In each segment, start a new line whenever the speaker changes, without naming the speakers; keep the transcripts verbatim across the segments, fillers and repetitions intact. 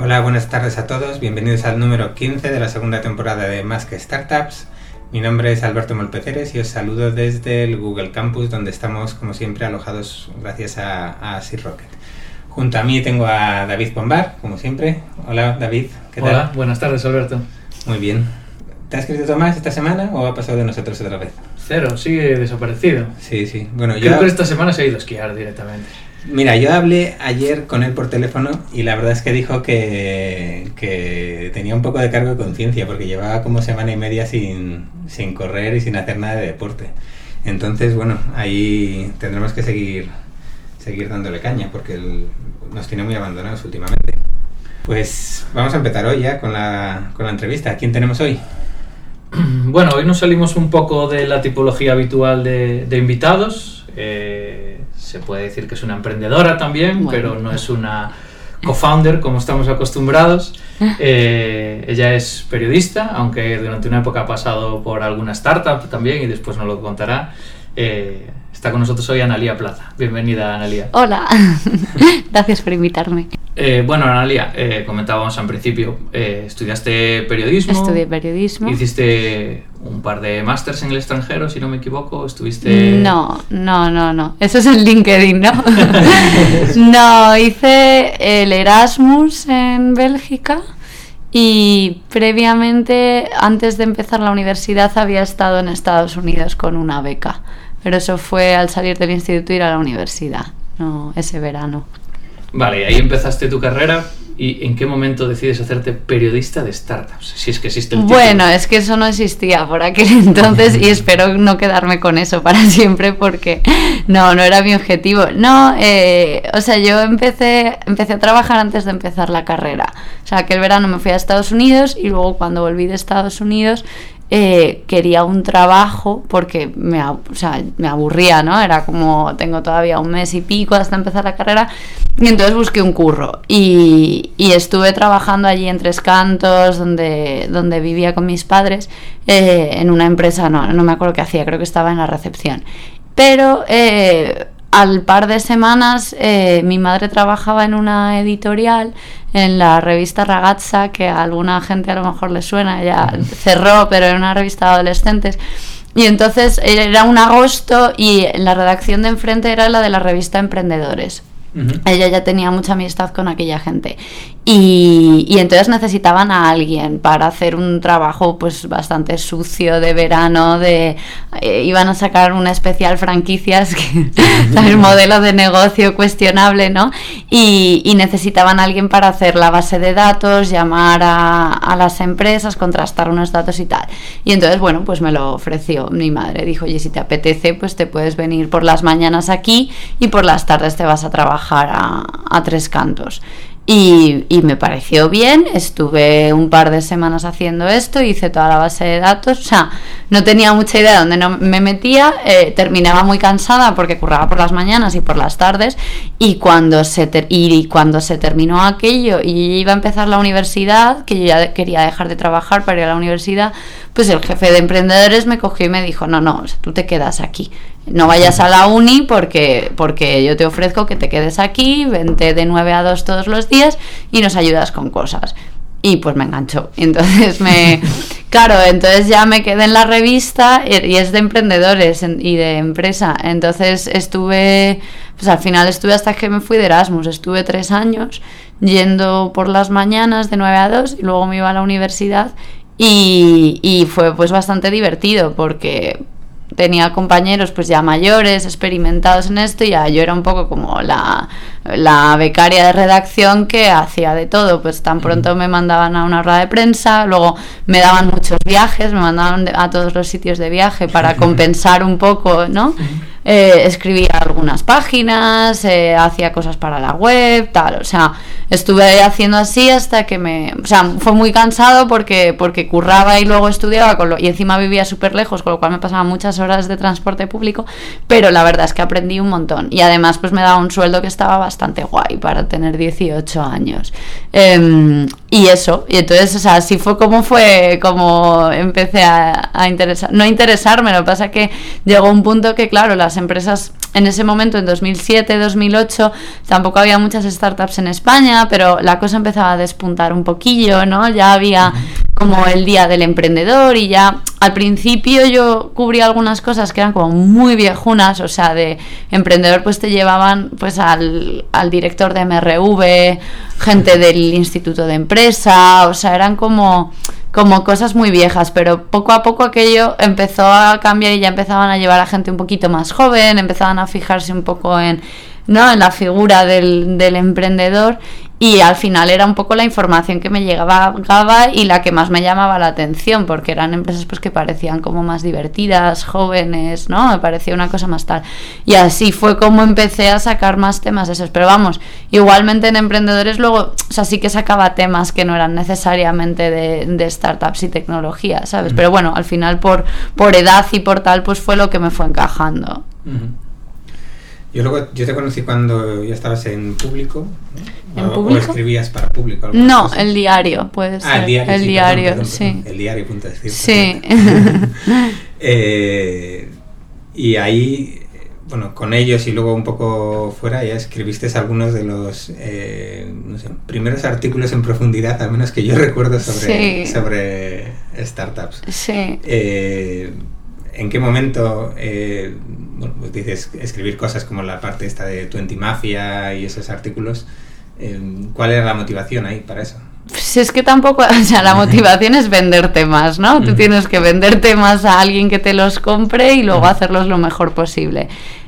Hola, buenas tardes a todos, bienvenidos al número quince de la segunda temporada de Más que Startups. Mi nombre es Alberto Molpeceres y os saludo desde el Google Campus, donde estamos, como siempre, alojados gracias a, a Seed Rocket. Junto a mí tengo a David Pombar, como siempre. Hola, David, ¿qué tal?
Hola, buenas tardes, Alberto.
Muy bien. ¿Te has escrito más esta semana o ha pasado de nosotros otra vez?
Cero, sigue desaparecido.
Sí, sí. Bueno,
Creo
yo...
que esta semana se ha ido a esquiar directamente.
Mira, yo hablé ayer con él por teléfono y la verdad es que dijo que, que tenía un poco de cargo de conciencia porque llevaba como semana y media sin, sin correr y sin hacer nada de deporte. Entonces, bueno, ahí tendremos que seguir, seguir dándole caña porque él nos tiene muy abandonados últimamente. Pues vamos a empezar hoy ya con la, con la entrevista. ¿Quién tenemos hoy?
Bueno, hoy nos salimos un poco de la tipología habitual de, de invitados. Eh, se puede decir que es una emprendedora también, bueno, pero no es una co-founder como estamos acostumbrados. Eh, ella es periodista, aunque durante una época ha pasado por alguna startup también y después nos lo contará. Eh, está con nosotros hoy Analía Plaza. Bienvenida, Analía.
Hola, gracias por invitarme.
Eh, bueno, Analía, eh, comentábamos al principio, eh, estudiaste periodismo.
Estudié periodismo.
Hiciste un par de másters en el extranjero, si no me equivoco. Estuviste...
No, no, no, no. Eso es en LinkedIn, ¿no? No, hice el Erasmus en Bélgica y previamente, antes de empezar la universidad, había estado en Estados Unidos con una beca. Pero eso fue al salir del instituto y ir a la universidad, no ese verano.
Vale, ahí empezaste tu carrera. ¿Y en qué momento decides hacerte periodista de startups? Si es que existe el título.
Bueno, es que eso no existía por aquel entonces y espero no quedarme con eso para siempre porque no, no era mi objetivo. No, eh, o sea, yo empecé, empecé a trabajar antes de empezar la carrera. O sea, aquel verano me fui a Estados Unidos y luego cuando volví de Estados Unidos eh, quería un trabajo porque me, o sea, me aburría, ¿no? Era como, tengo todavía un mes y pico hasta empezar la carrera y entonces busqué un curro y, y estuve trabajando allí en Tres Cantos, donde, donde vivía con mis padres, eh, en una empresa, no, no me acuerdo qué hacía, creo que estaba en la recepción. Pero eh, al par de semanas eh, mi madre trabajaba en una editorial, en la revista Ragazza, que a alguna gente a lo mejor le suena, ya cerró, pero era una revista de adolescentes. Y entonces era un agosto y la redacción de enfrente era la de la revista Emprendedores. Uh-huh. Ella ya tenía mucha amistad con aquella gente y, y entonces necesitaban a alguien para hacer un trabajo pues bastante sucio de verano, de eh, iban a sacar una especial franquicias que el modelo de negocio cuestionable, ¿no? Y, y necesitaban a alguien para hacer la base de datos, llamar a, a las empresas, contrastar unos datos y tal. Y entonces, bueno, pues me lo ofreció mi madre, dijo, oye, si te apetece, pues te puedes venir por las mañanas aquí y por las tardes te vas a trabajar A, a Tres Cantos. Y, y me pareció bien, estuve un par de semanas haciendo esto, hice toda la base de datos, o sea, no tenía mucha idea de dónde no me metía, eh, terminaba muy cansada porque curraba por las mañanas y por las tardes y cuando se ter- y cuando se terminó aquello y iba a empezar la universidad, que yo ya quería dejar de trabajar para ir a la universidad, pues el jefe de emprendedores me cogió y me dijo, no, no, o sea, tú te quedas aquí, no vayas a la uni porque, porque yo te ofrezco que te quedes aquí, vente de nueve a dos todos los días y nos ayudas con cosas. Y pues me enganchó. Entonces me... Claro, entonces ya me quedé en la revista y es de emprendedores y de empresa. Entonces estuve... Pues al final estuve hasta que me fui de Erasmus. Estuve tres años yendo por las mañanas de nueve a dos y luego me iba a la universidad y, y fue pues bastante divertido porque... tenía compañeros pues ya mayores, experimentados en esto y ya yo era un poco como la, la becaria de redacción que hacía de todo, pues tan pronto me mandaban a una rueda de prensa, luego me daban muchos viajes, me mandaban a todos los sitios de viaje para compensar un poco, ¿no? Eh, escribía algunas páginas, eh, hacía cosas para la web, tal, o sea, estuve haciendo así hasta que me, o sea, fue muy cansado porque porque curraba y luego estudiaba con lo, y encima vivía súper lejos, con lo cual me pasaba muchas horas de transporte público, pero la verdad es que aprendí un montón y además pues me daba un sueldo que estaba bastante guay para tener dieciocho años. Eh, y eso, y entonces, o sea, así fue como fue, como empecé a, a interesar, no a interesarme, lo que pasa es que llegó un punto que, claro, las empresas en ese momento, en dos mil siete, dos mil ocho, tampoco había muchas startups en España, pero la cosa empezaba a despuntar un poquillo, ¿no? Ya había como el Día del Emprendedor y ya al principio yo cubría algunas cosas que eran como muy viejunas, o sea, de emprendedor pues te llevaban pues al, al director de M R V, gente del Instituto de Empresa, o sea, eran como... como cosas muy viejas, pero poco a poco aquello empezó a cambiar y ya empezaban a llevar a gente un poquito más joven, empezaban a fijarse un poco en, ¿no?, en la figura del, del emprendedor, y al final era un poco la información que me llegaba y la que más me llamaba la atención, porque eran empresas pues que parecían como más divertidas, jóvenes, ¿no? Me parecía una cosa más tal. Y así fue como empecé a sacar más temas esos. Pero vamos, igualmente en emprendedores luego, o sea, sí que sacaba temas que no eran necesariamente de, de startups y tecnología, ¿sabes? Uh-huh. Pero bueno, al final por, por edad y por tal, pues fue lo que me fue encajando.
Uh-huh. Yo luego, yo te conocí cuando ya estabas en Público, ¿no?
¿En
o,
Público?
o escribías para Público.
No, cosa. El diario, puede ser.
Ah, el diario,
el
sí,
diario,
perdón, perdón,
sí.
Perdón. El diario, punto de decir.
Sí.
eh, y ahí, bueno, con ellos y luego un poco fuera, ya escribiste algunos de los eh, no sé, primeros artículos en profundidad, al menos que yo recuerdo, sobre,
sí.
sobre startups.
Sí.
Eh, ¿En qué momento, eh, bueno, pues dices escribir cosas como la parte esta de Twenty Mafia y esos artículos? Eh, ¿Cuál era la motivación ahí para eso?
Pues es que tampoco, o sea, la motivación es venderte más, ¿no? Uh-huh. Tú tienes que venderte más a alguien que te los compre y luego uh-huh. hacerlos lo mejor posible.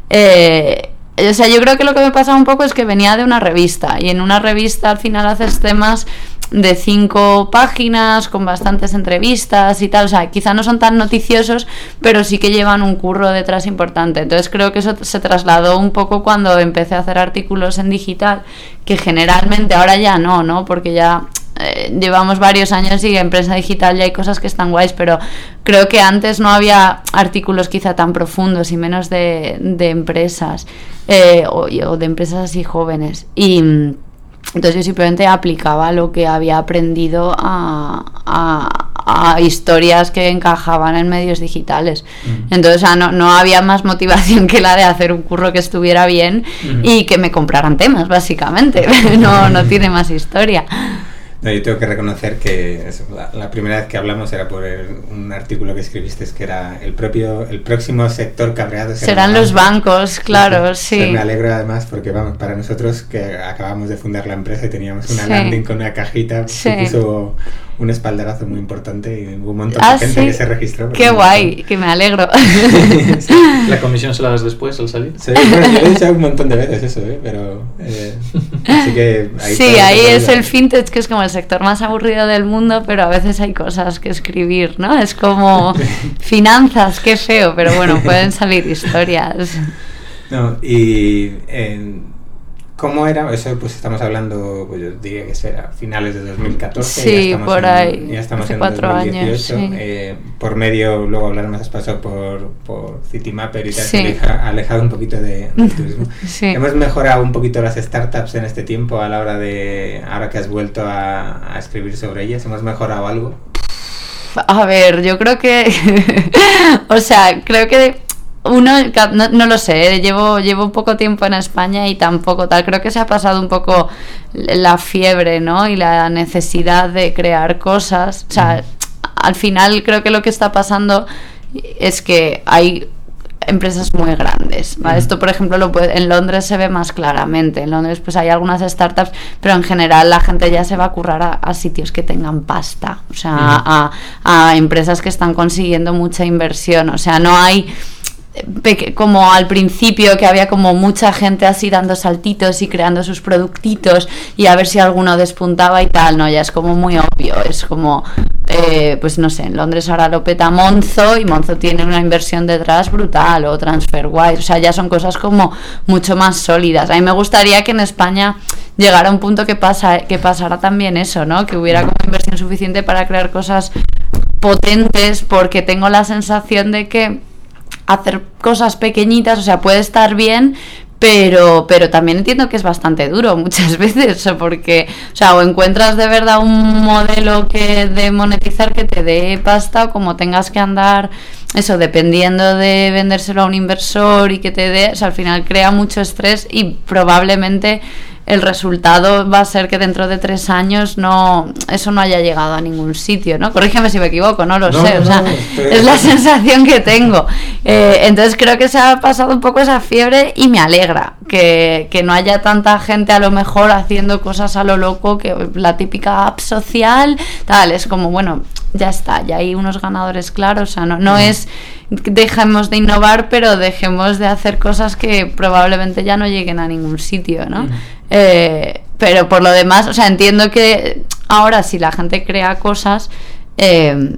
Eh, o sea, yo creo que lo que me pasaba un poco es que venía de una revista, y en una revista al final haces temas de cinco páginas con bastantes entrevistas y tal, o sea, quizá no son tan noticiosos, pero sí que llevan un curro detrás importante. Entonces creo que eso se trasladó un poco cuando empecé a hacer artículos en digital, que generalmente ahora ya no, ¿no? Porque ya eh, llevamos varios años y en prensa digital ya hay cosas que están guays, pero creo que antes no había artículos quizá tan profundos y menos de, de empresas eh, o, o de empresas así jóvenes. Y entonces yo simplemente aplicaba lo que había aprendido a, a, a historias que encajaban en medios digitales. Uh-huh. Entonces, o sea, no, no había más motivación que la de hacer un curro que estuviera bien uh-huh. y que me compraran temas, básicamente. no, no tiene más historia.
No, yo tengo que reconocer que eso, la, la primera vez que hablamos era por el, un artículo que escribiste, que era el propio el próximo sector cabreado serán,
serán los bancos, bancos claro, sí.
Pues me alegro además porque vamos, para nosotros que acabamos de fundar la empresa y teníamos una sí. landing con una cajita, sí. que puso un espaldarazo muy importante y hubo un montón
ah,
de gente
¿sí?
que se registró.
Qué guay, que me alegro.
sí. ¿La comisión se la das después al salir?
Sí, bueno, yo lo he dicho un montón de veces eso, ¿eh? Pero eh, así que ahí
sí, ahí es el fintech, que es como el sector más aburrido del mundo, pero a veces hay cosas que escribir, ¿no? Es como finanzas, qué feo, pero bueno, pueden salir historias.
No, y eh, ¿cómo era? Eso pues estamos hablando, pues yo diría que será finales de dos mil catorce.
Sí,
ya estamos
por
en,
ahí,
ya estamos
hace
en
cuatro
dos mil dieciocho,
años, sí.
eh, por medio, luego hablaremos, has pasado por, por Citymapper y te has
sí.
aleja, alejado un poquito de, del turismo.
Sí.
¿Hemos mejorado un poquito las startups en este tiempo a la hora de, ahora que has vuelto a, a escribir sobre ellas? ¿Hemos mejorado algo?
A ver, yo creo que, o sea, creo que uno, no, no lo sé, llevo llevo poco tiempo en España y tampoco tal, creo que se ha pasado un poco la fiebre, ¿no? Y la necesidad de crear cosas, o sea, al final creo que lo que está pasando es que hay empresas muy grandes, ¿vale? Esto, por ejemplo, lo puede, en Londres se ve más claramente. En Londres pues hay algunas startups, pero en general la gente ya se va a currar a, a sitios que tengan pasta, o sea, uh-huh. a, a empresas que están consiguiendo mucha inversión, o sea, no hay como al principio que había como mucha gente así dando saltitos y creando sus productitos y a ver si alguno despuntaba y tal, no, ya es como muy obvio, es como eh, pues no sé, en Londres ahora lo peta Monzo y Monzo tiene una inversión detrás brutal, o TransferWise, o sea, ya son cosas como mucho más sólidas. A mí me gustaría que en España llegara a un punto que pasa, que pasara también eso, ¿no? Que hubiera como inversión suficiente para crear cosas potentes, porque tengo la sensación de que hacer cosas pequeñitas, o sea, puede estar bien, pero pero también entiendo que es bastante duro muchas veces, porque, o sea, o encuentras de verdad un modelo que de monetizar que te dé pasta, o como tengas que andar eso, dependiendo de vendérselo a un inversor y que te dé, o sea, al final crea mucho estrés y probablemente el resultado va a ser que dentro de tres años no eso no haya llegado a ningún sitio, ¿no? Corrígeme si me equivoco, no lo no, sé, no, o sea, no, es la sensación que tengo. Eh, entonces creo que se ha pasado un poco esa fiebre y me alegra que, que no haya tanta gente a lo mejor haciendo cosas a lo loco, que la típica app social, tal, es como, bueno, ya está, ya hay unos ganadores claros, o sea, no, no es dejemos de innovar, pero dejemos de hacer cosas que probablemente ya no lleguen a ningún sitio, ¿no? Mm. Eh, pero por lo demás, o sea, entiendo que ahora si la gente crea cosas, eh,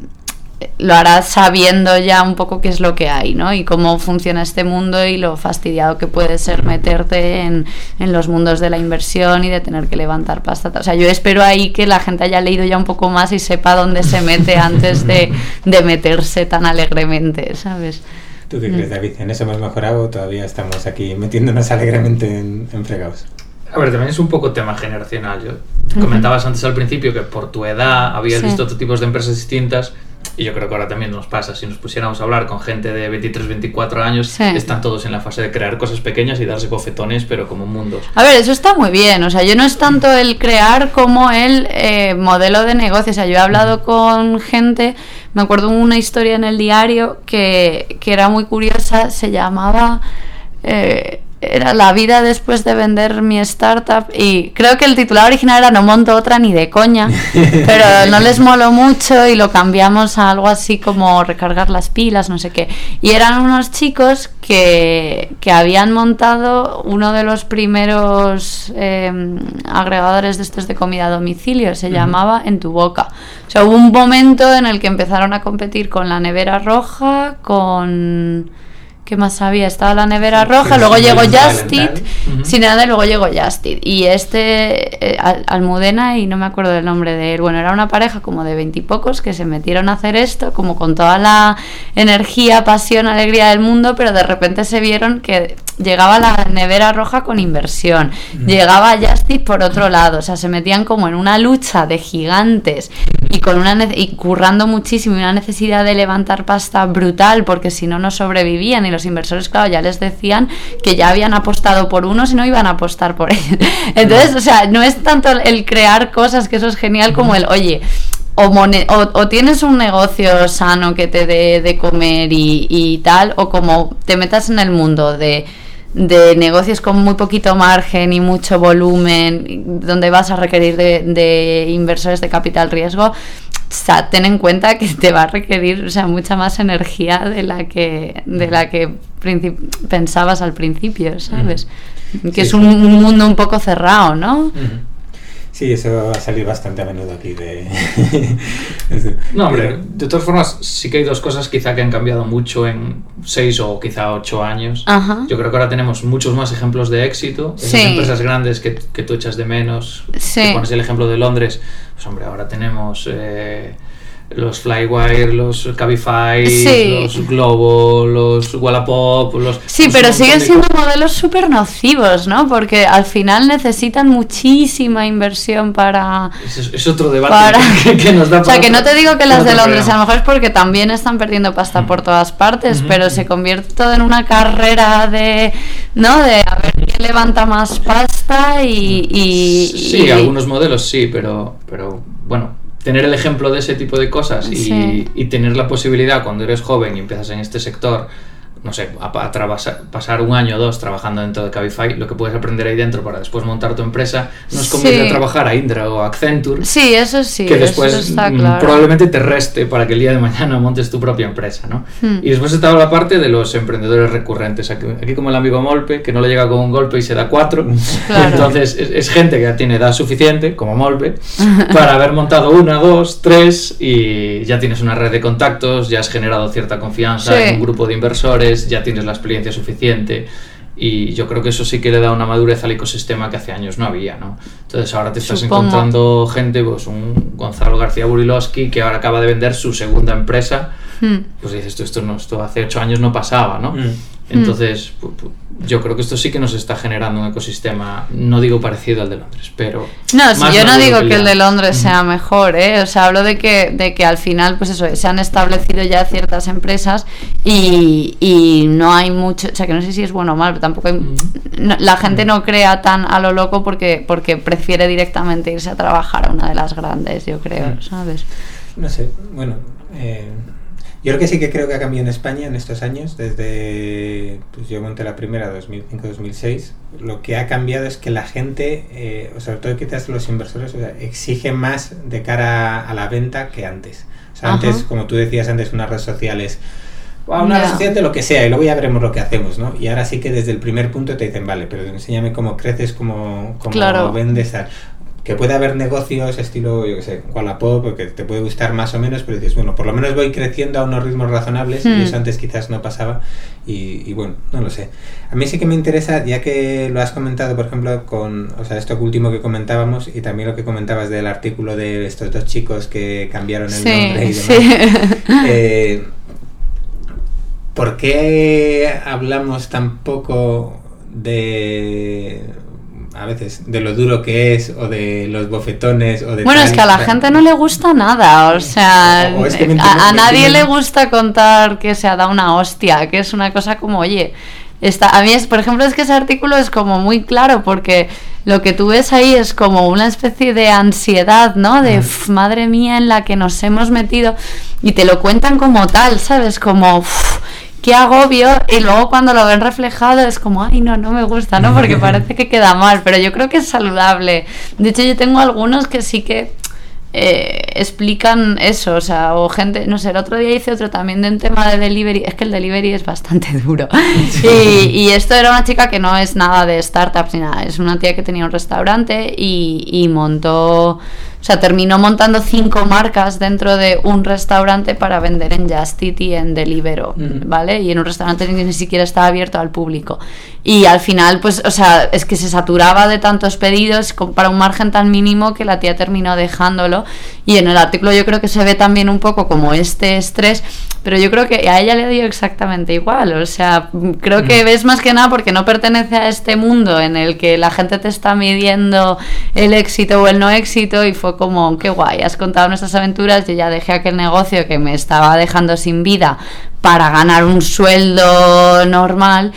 lo hará sabiendo ya un poco qué es lo que hay, ¿no? Y cómo funciona este mundo y lo fastidiado que puede ser meterte en, en los mundos de la inversión y de tener que levantar pasta. O sea, yo espero ahí que la gente haya leído ya un poco más y sepa dónde se mete antes de, de meterse tan alegremente, ¿sabes?
¿Tú qué crees, David? ¿En eso hemos mejorado o todavía estamos aquí metiéndonos alegremente en, en fregados?
A ver, también es un poco tema generacional. Yo, uh-huh. Comentabas antes al principio que por tu edad habías sí. visto otro tipos de empresas distintas. Y yo creo que ahora también nos pasa, si nos pusiéramos a hablar con gente de veintitrés, veinticuatro años, sí. están todos en la fase de crear cosas pequeñas y darse bofetones, pero como mundos.
A ver, eso está muy bien, o sea, yo no es tanto el crear como el eh, modelo de negocio, o sea, yo he hablado con gente, me acuerdo una historia en el diario que, que era muy curiosa, se llamaba... Eh, era la vida después de vender mi startup y creo que el titular original era no monto otra ni de coña, pero no les moló mucho y lo cambiamos a algo así como recargar las pilas, no sé qué, y eran unos chicos que, que habían montado uno de los primeros eh, agregadores de estos de comida a domicilio, se uh-huh. llamaba En Tu Boca. O sea, hubo un momento en el que empezaron a competir con la Nevera Roja, con... ¿Qué más había? Estaba la Nevera sí, Roja, sí, luego sí, llegó Just Eat, uh-huh. sin nada, y luego llegó Just Eat. Y este, eh, Almudena, y no me acuerdo del nombre de él, bueno, era una pareja como de veintipocos que se metieron a hacer esto, como con toda la energía, pasión, alegría del mundo, pero de repente se vieron que llegaba la Nevera Roja con inversión, uh-huh. llegaba Just Eat por otro lado, o sea, se metían como en una lucha de gigantes y, con una ne- y currando muchísimo y una necesidad de levantar pasta brutal, porque si no, no sobrevivían. Y los inversores, claro, ya les decían que ya habían apostado por unos y no iban a apostar por ellos. Entonces, o sea, no es tanto el crear cosas, que eso es genial, como el, oye, o, mone- o, o tienes un negocio sano que te dé de comer y, y tal, o como te metas en el mundo de de negocios con muy poquito margen y mucho volumen, donde vas a requerir de, de inversores de capital riesgo. O sea, ten en cuenta que te va a requerir, o sea, mucha más energía de la que de la que princip- pensabas al principio, ¿sabes? Uh-huh. Que sí, es un, un mundo un poco cerrado, ¿no?
Uh-huh. Sí, eso va a salir bastante a menudo aquí de...
No, hombre, de todas formas sí que hay dos cosas quizá que han cambiado mucho en seis o quizá ocho años.
Ajá.
Yo creo que ahora tenemos muchos más ejemplos de éxito, esas
sí.
empresas grandes que, que tú echas de menos.
Sí.
Que pones el ejemplo de Londres, pues hombre, ahora tenemos... Eh, los Flywire, los Cabify, sí. los Globo, los Wallapop, los...
Sí, pero siguen siendo modelos súper nocivos, ¿no? Porque al final necesitan muchísima inversión para...
Es, es otro debate
para...
que, que nos da...
O sea, que no te digo que las de Londres, a lo mejor es porque también están perdiendo pasta mm. por todas partes, mm-hmm. pero se convierte todo en una carrera de... ¿no? De a ver quién levanta más pasta y... y
sí, y... algunos modelos sí, pero, pero bueno... Tener el ejemplo de ese tipo de cosas y, sí. y tener la posibilidad cuando eres joven y empiezas en este sector, no sé, a, a trabasa, pasar un año o dos trabajando dentro de Cabify, lo que puedes aprender ahí dentro para después montar tu empresa, no es como sí. ir a trabajar a Indra o a Accenture,
sí, eso sí,
que después
eso está claro.
probablemente te reste para que el día de mañana montes tu propia empresa, ¿no? Hmm. Y después está la parte de los emprendedores recurrentes, aquí, aquí como el amigo Molpe, que no le llega con un golpe y se da cuatro, claro. Entonces es, es gente que ya tiene edad suficiente, como Molpe, para haber montado una, dos, tres y ya tienes una red de contactos, ya has generado cierta confianza sí. en un grupo de inversores, ya tienes la experiencia suficiente y yo creo que eso sí que le da una madurez al ecosistema que hace años no había, ¿no? Entonces ahora te estás Supongo. encontrando gente, pues un Gonzalo García Burilowski que ahora acaba de vender su segunda empresa, hmm. pues dices, esto, esto, no, esto hace ocho años no pasaba, ¿no? Hmm. Entonces, mm. yo creo que esto sí que nos está generando un ecosistema, no digo parecido al de Londres, pero...
No, si yo no digo que el de Londres sea mejor, ¿eh? O sea, hablo de que, de que al final, pues eso, se han establecido ya ciertas empresas y, y no hay mucho... O sea, que no sé si es bueno o mal, pero tampoco hay... No, la gente no crea tan a lo loco porque, porque prefiere directamente irse a trabajar a una de las grandes, yo creo, ¿sabes?
No sé, bueno... Eh... Yo creo que sí que creo que ha cambiado en España en estos años, desde, pues yo monté la primera, dos mil cinco dos mil seis, lo que ha cambiado es que la gente, eh, o sobre todo quizás los inversores, o sea, exige más de cara a la venta que antes. O sea, Ajá. antes, como tú decías antes, unas redes sociales, wow, una red social de lo que sea, y luego ya veremos lo que hacemos, ¿no? Y ahora sí que desde el primer punto te dicen, vale, pero enséñame cómo creces, cómo, cómo claro. vendes, tal. Que puede haber negocios estilo, yo qué sé, Wallapop, que te puede gustar más o menos, pero dices, bueno, por lo menos voy creciendo a unos ritmos razonables, hmm. y eso antes quizás no pasaba, y, y bueno, no lo sé. A mí sí que me interesa, ya que lo has comentado, por ejemplo, con, o sea, esto último que comentábamos, y también lo que comentabas del artículo de estos dos chicos que cambiaron el sí, nombre y demás. Sí. Eh, ¿Por qué hablamos tan poco de... a veces de lo duro que es o de los bofetones o de
bueno
tal,
es que a la tal. gente no le gusta nada, o sea o, o es que mentimos, a, a nadie le gusta contar que se ha dado una hostia, que es una cosa como oye está, a mí es, por ejemplo, es que ese artículo es como muy claro porque lo que tú ves ahí es como una especie de ansiedad, ¿no? De uf, madre mía en la que nos hemos metido y te lo cuentan como tal, ¿sabes? Como uf, qué agobio, y luego cuando lo ven reflejado es como, ay no, no me gusta, ¿no? Porque parece que queda mal, pero yo creo que es saludable. De hecho yo tengo algunos que sí que eh, explican eso, o sea, o gente, no sé, el otro día hice otro también de un tema de delivery, es que el delivery es bastante duro, sí. y, y esto era una chica que no es nada de startups ni nada, es una tía que tenía un restaurante y, y montó... O sea, terminó montando cinco marcas dentro de un restaurante para vender en Just Eat y en Deliveroo, uh-huh. ¿vale? Y en un restaurante que ni siquiera estaba abierto al público. Y al final, pues, o sea, es que se saturaba de tantos pedidos para un margen tan mínimo que la tía terminó dejándolo. Y en el artículo yo creo que se ve también un poco como este estrés, pero yo creo que a ella le dio exactamente igual. O sea, creo que ves más que nada porque no pertenece a este mundo en el que la gente te está midiendo el éxito o el no éxito y fue como, qué guay, has contado nuestras aventuras, yo ya dejé aquel negocio que me estaba dejando sin vida para ganar un sueldo normal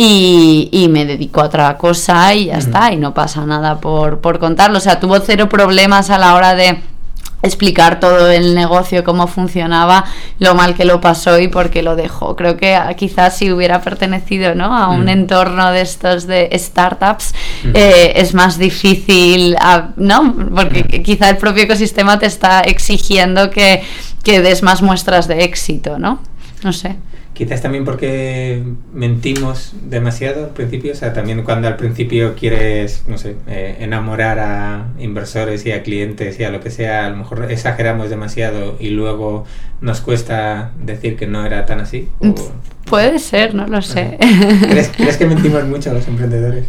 y, y me dedico a otra cosa y ya mm. está, y no pasa nada por, por contarlo. O sea, tuvo cero problemas a la hora de explicar todo el negocio, cómo funcionaba, lo mal que lo pasó y por qué lo dejó. Creo que quizás si hubiera pertenecido, ¿no?, a un mm. entorno de estos de startups, mm. eh, es más difícil, ¿no? Porque mm. quizá el propio ecosistema te está exigiendo que, que des más muestras de éxito, ¿no? No sé.
Quizás también porque mentimos demasiado al principio, o sea, también cuando al principio quieres, no sé, eh, enamorar a inversores y a clientes y a lo que sea, a lo mejor exageramos demasiado y luego nos cuesta decir que no era tan así. O...
Puede ser, no lo sé.
¿Crees, ¿Crees que mentimos mucho a los emprendedores?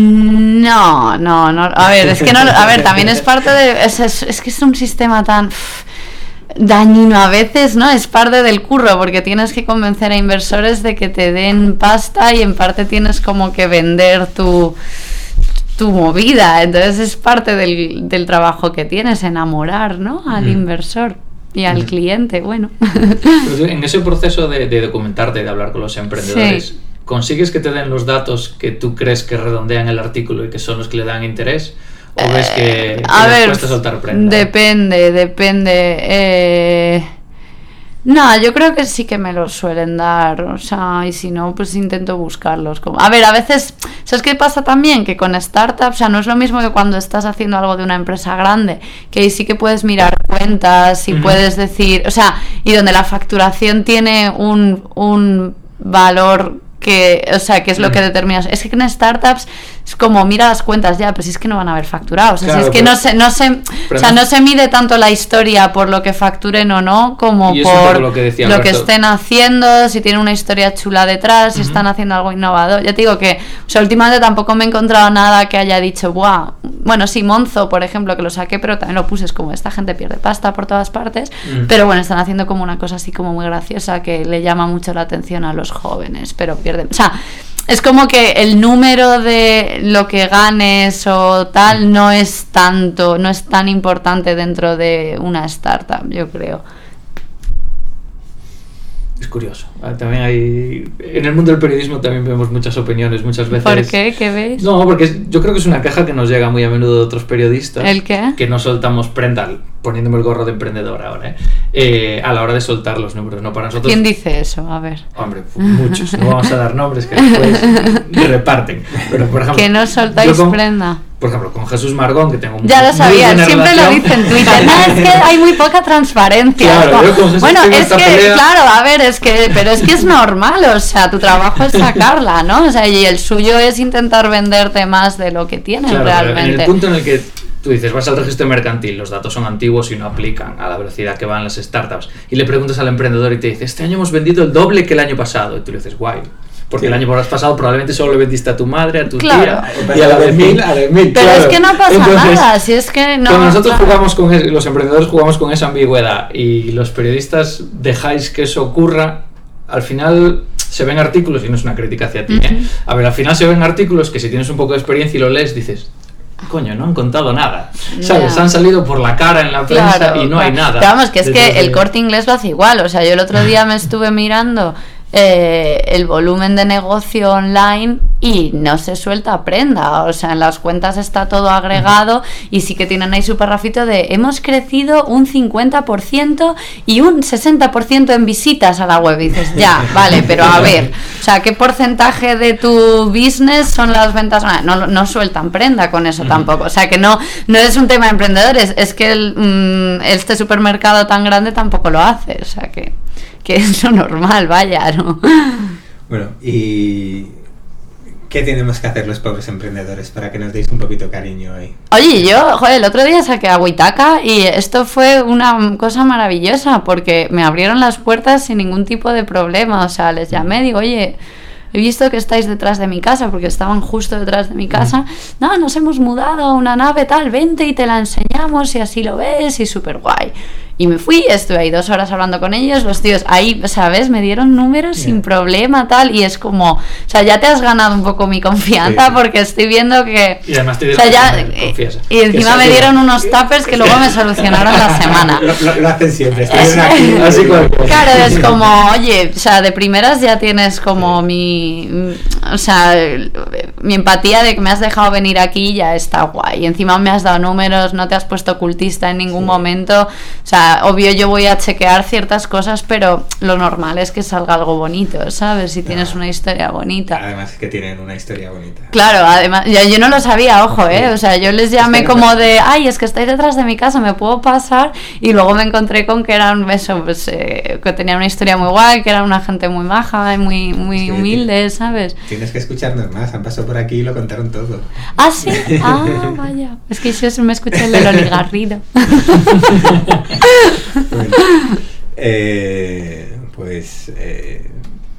No, no, no. A ver, es que no, a ver, también es parte de, es, es, es que es un sistema tan dañino a veces, ¿no? Es parte del curro porque tienes que convencer a inversores de que te den pasta y en parte tienes como que vender tu tu movida, entonces es parte del, del trabajo que tienes, enamorar, ¿no?, al mm. inversor y al mm. cliente, bueno.
En ese proceso de, de documentarte, de hablar con los emprendedores, sí. ¿consigues que te den los datos que tú crees que redondean el artículo y que son los que le dan interés? ¿O ves que, que
a ver,
cuesta soltar prenda?
Depende, depende. Eh, no, yo creo que sí que me los suelen dar. O sea, y si no, pues intento buscarlos. Como, a ver, a veces, ¿sabes qué pasa también? Que con startups, o sea, no es lo mismo que cuando estás haciendo algo de una empresa grande, que ahí sí que puedes mirar cuentas y uh-huh. puedes decir, o sea, y donde la facturación tiene un, un valor que, o sea, que es lo que determinas. Es que en startups es como mira las cuentas ya, pero si es que no van a haber facturado, o sea, claro, si es que no se, no se, o sea, no se mide tanto la historia por lo que facturen o no, como por lo que, decía, lo que estén haciendo, si tienen una historia chula detrás, si uh-huh. están haciendo algo innovador. Ya te digo que, o sea, últimamente tampoco me he encontrado nada que haya dicho, buah, bueno, sí, Monzo, por ejemplo, que lo saqué, pero también lo puse, es como esta gente pierde pasta por todas partes, mm. pero bueno, están haciendo como una cosa así como muy graciosa que le llama mucho la atención a los jóvenes, pero pierden, o sea, es como que el número de lo que ganes o tal no es tanto, no es tan importante dentro de una startup, yo creo.
Es curioso. También hay... En el mundo del periodismo también vemos muchas opiniones, muchas veces...
¿Por qué? ¿Qué veis?
No, porque yo creo que es una queja que nos llega muy a menudo de otros periodistas.
¿El qué?
Que no soltamos prenda, poniéndome el gorro de emprendedor ahora, ¿eh? Eh, a la hora de soltar los números, ¿no? Para nosotros...
¿Quién dice eso? A ver.
Hombre, muchos. No vamos a dar nombres que después reparten. Pero, por ejemplo...
Que no soltáis
con,
prenda.
Por ejemplo, con Jesús Margón, que tengo un...
Ya lo sabía, siempre relación. Lo dice en Twitter. No, es que hay muy poca transparencia.
Claro,
como,
yo con Jesús
bueno, es que,
pelea...
claro, a ver, es que... Pero es que es normal, o sea, tu trabajo es sacarla, ¿no? O sea, y el suyo es intentar venderte más de lo que tienes
claro,
realmente.
En el punto en el que tú dices, vas al registro mercantil, los datos son antiguos y no aplican a la velocidad que van las startups, y le preguntas al emprendedor y te dice, este año hemos vendido el doble que el año pasado, y tú le dices, guay. Porque sí. El año pasado probablemente solo le vendiste a tu madre, a tu
claro.
tía y a la de mil, a la de mil.
Pero
claro.
es que no pasa
Entonces,
nada, si es que no.
Cuando nosotros
claro.
jugamos con es, los emprendedores jugamos con esa ambigüedad y los periodistas dejáis que eso ocurra, al final se ven artículos, y no es una crítica hacia ti, uh-huh. ¿eh? A ver, al final se ven artículos que si tienes un poco de experiencia y lo lees, dices, coño, no han contado nada, ¿sabes? Yeah. Han salido por la cara en la prensa claro, y no claro. hay nada.
Pero vamos, que es
Entonces,
que el Corte Inglés lo hace igual, o sea, yo el otro día me estuve mirando eh, el volumen de negocio online y no se suelta prenda, o sea, en las cuentas está todo agregado y sí que tienen ahí su parrafito de hemos crecido un cincuenta por ciento y un sesenta por ciento en visitas a la web, y dices, ya, vale, pero a ver, o sea, ¿qué porcentaje de tu business son las ventas? No, no sueltan prenda con eso tampoco, o sea, que no, no es un tema de emprendedores, es que el, mm, este supermercado tan grande tampoco lo hace, o sea, que, que es lo normal, vaya, ¿no?
Bueno, y... ¿qué tenemos que hacer los pobres emprendedores para que nos deis un poquito cariño hoy?
Oye, yo, joder, el otro día saqué a Witaka y esto fue una cosa maravillosa porque me abrieron las puertas sin ningún tipo de problema, o sea, les llamé, digo, oye, he visto que estáis detrás de mi casa, porque estaban justo detrás de mi casa, no, nos hemos mudado a una nave tal, vente y te la enseñamos y así lo ves y súper guay. Y me fui, estuve ahí dos horas hablando con ellos, los tíos ahí, ¿sabes? Me dieron números yeah. sin problema, tal, y es como, o sea, ya te has ganado un poco mi confianza, sí, sí. porque estoy viendo que...
Y además te
dieron, o sea, ya, confianza. Y encima me dieron unos tuppers que luego me solucionaron la semana.
Lo, lo, lo hacen siempre,
es,
aquí,
así claro, es como, oye, o sea, de primeras ya tienes como mi... O sea, mi empatía de que me has dejado venir aquí ya está guay. Y encima me has dado números, no te has puesto ocultista en ningún sí. momento, o sea, obvio yo voy a chequear ciertas cosas, pero lo normal es que salga algo bonito, ¿sabes? Si tienes una historia bonita.
Además es que tienen una historia bonita.
Claro, además, yo, yo no lo sabía, ojo, ¿eh? O sea, yo les llamé como de, ay, es que estáis detrás de mi casa, ¿me puedo pasar? Y luego me encontré con que eran, eso, pues, eh, que tenían una historia muy guay, que era una gente muy maja, muy, muy sí, humilde, ¿sabes?
Tienes que escucharnos más, han pasado por aquí y lo contaron todo.
¿Ah, sí? Ah, vaya. Es que yo me escuché el de Loli Garrido.
Bueno, eh, pues eh,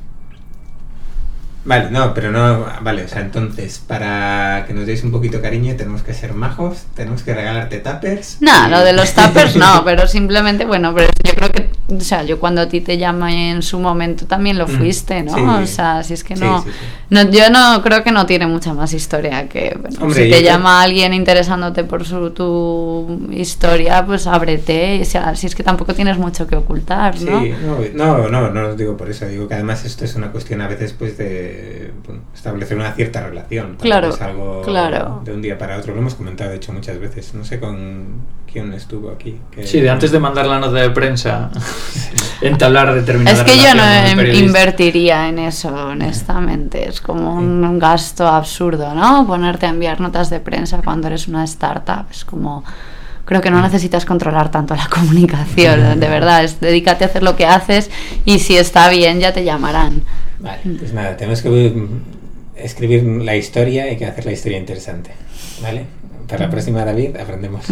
vale, no, pero no, vale, o sea, entonces para que nos deis un poquito cariño tenemos que ser majos, tenemos que regalarte tuppers.
No, y... lo de los tuppers no, pero simplemente, bueno, pero yo creo que, o sea, yo cuando a ti te llamé en su momento también lo fuiste, ¿no? Sí. O sea, si es que no, sí, sí, sí. no, yo no creo que no tiene mucha más historia que, bueno, Hombre, si te llama te... alguien interesándote por su tu historia, pues ábrete, o sea, si es que tampoco tienes mucho que ocultar, ¿no?
Sí, no, no, no, no lo digo por eso, digo que además esto es una cuestión a veces pues de bueno, establecer una cierta relación,
claro,
es algo
claro.
de un día para otro, lo hemos comentado de hecho muchas veces, no sé con quién estuvo aquí. Que...
Sí, de antes de mandar la nota de prensa, entablar determinadas
Es que yo no invertiría en eso, honestamente, es como un, un gasto absurdo, ¿no? Ponerte a enviar notas de prensa cuando eres una startup, es como... Creo que no necesitas controlar tanto la comunicación, de verdad, es dedícate a hacer lo que haces y si está bien ya te llamarán.
Vale, pues nada, tenemos que escribir la historia y que hacer la historia interesante, ¿vale? Para la próxima, David, aprendemos.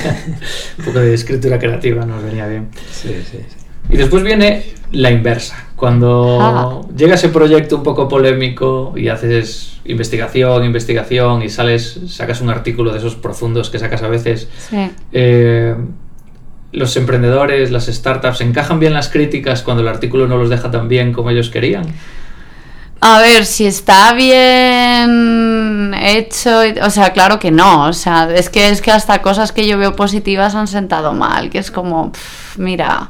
Un poco de escritura creativa nos venía bien.
Sí, sí, sí.
Y después viene la inversa, Cuando
Ah.
llega ese proyecto un poco polémico y haces investigación, investigación y sales, sacas un artículo de esos profundos que sacas a veces,
Sí.
eh, los emprendedores, las startups, ¿encajan bien las críticas cuando el artículo no los deja tan bien como ellos querían?
A ver, si está bien hecho, o sea, claro que no, o sea, es que es que hasta cosas que yo veo positivas han sentado mal, que es como, pff, mira,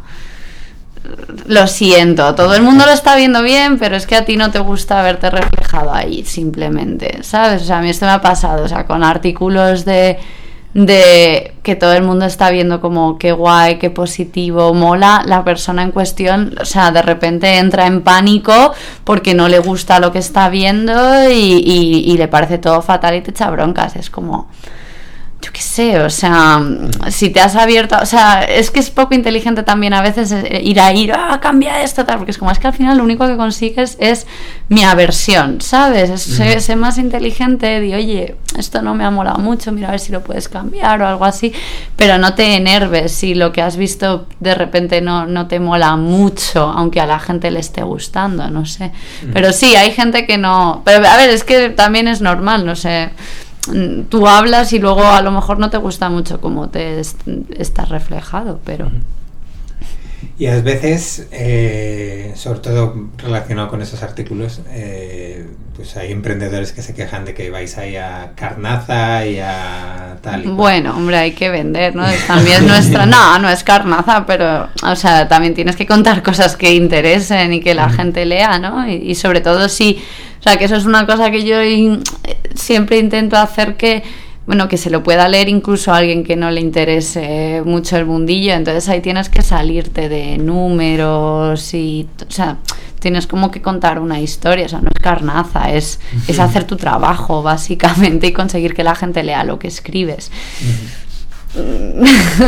lo siento, todo el mundo lo está viendo bien, pero es que a ti no te gusta verte reflejado ahí, simplemente, ¿sabes? O sea, a mí esto me ha pasado, o sea, con artículos de de que todo el mundo está viendo como qué guay, qué positivo, mola, la persona en cuestión, o sea, de repente entra en pánico porque no le gusta lo que está viendo y, y, y le parece todo fatal y te echa broncas. Es como, yo qué sé, o sea, si te has abierto, o sea, es que es poco inteligente también a veces ir a ir, ah, cambia esto, tal, porque es como, es que al final lo único que consigues es mi aversión, ¿sabes? Es, uh-huh. sé, sé más inteligente de, oye, esto no me ha molado mucho, mira a ver si lo puedes cambiar o algo así, pero no te enerves si lo que has visto de repente no, no te mola mucho, aunque a la gente le esté gustando, no sé. Uh-huh. Pero sí, hay gente que no, pero a ver, es que también es normal, no sé. Tú hablas y luego a lo mejor no te gusta mucho cómo te est- estás reflejado, pero...
Y a veces, eh, sobre todo relacionado con esos artículos, eh, pues hay emprendedores que se quejan de que vais ahí a carnaza y a tal. Y
bueno, hombre, hay que vender, ¿no? También es nuestra... No, no es carnaza, pero, o sea, también tienes que contar cosas que interesen y que la gente lea, ¿no? Y, y sobre todo si... O sea, que eso es una cosa que yo in, siempre intento hacer que, bueno, que se lo pueda leer incluso a alguien que no le interese mucho el mundillo. Entonces ahí tienes que salirte de números y, o sea, tienes como que contar una historia. O sea, no es carnaza, es, uh-huh. es hacer tu trabajo, básicamente, y conseguir que la gente lea lo que escribes. Uh-huh. O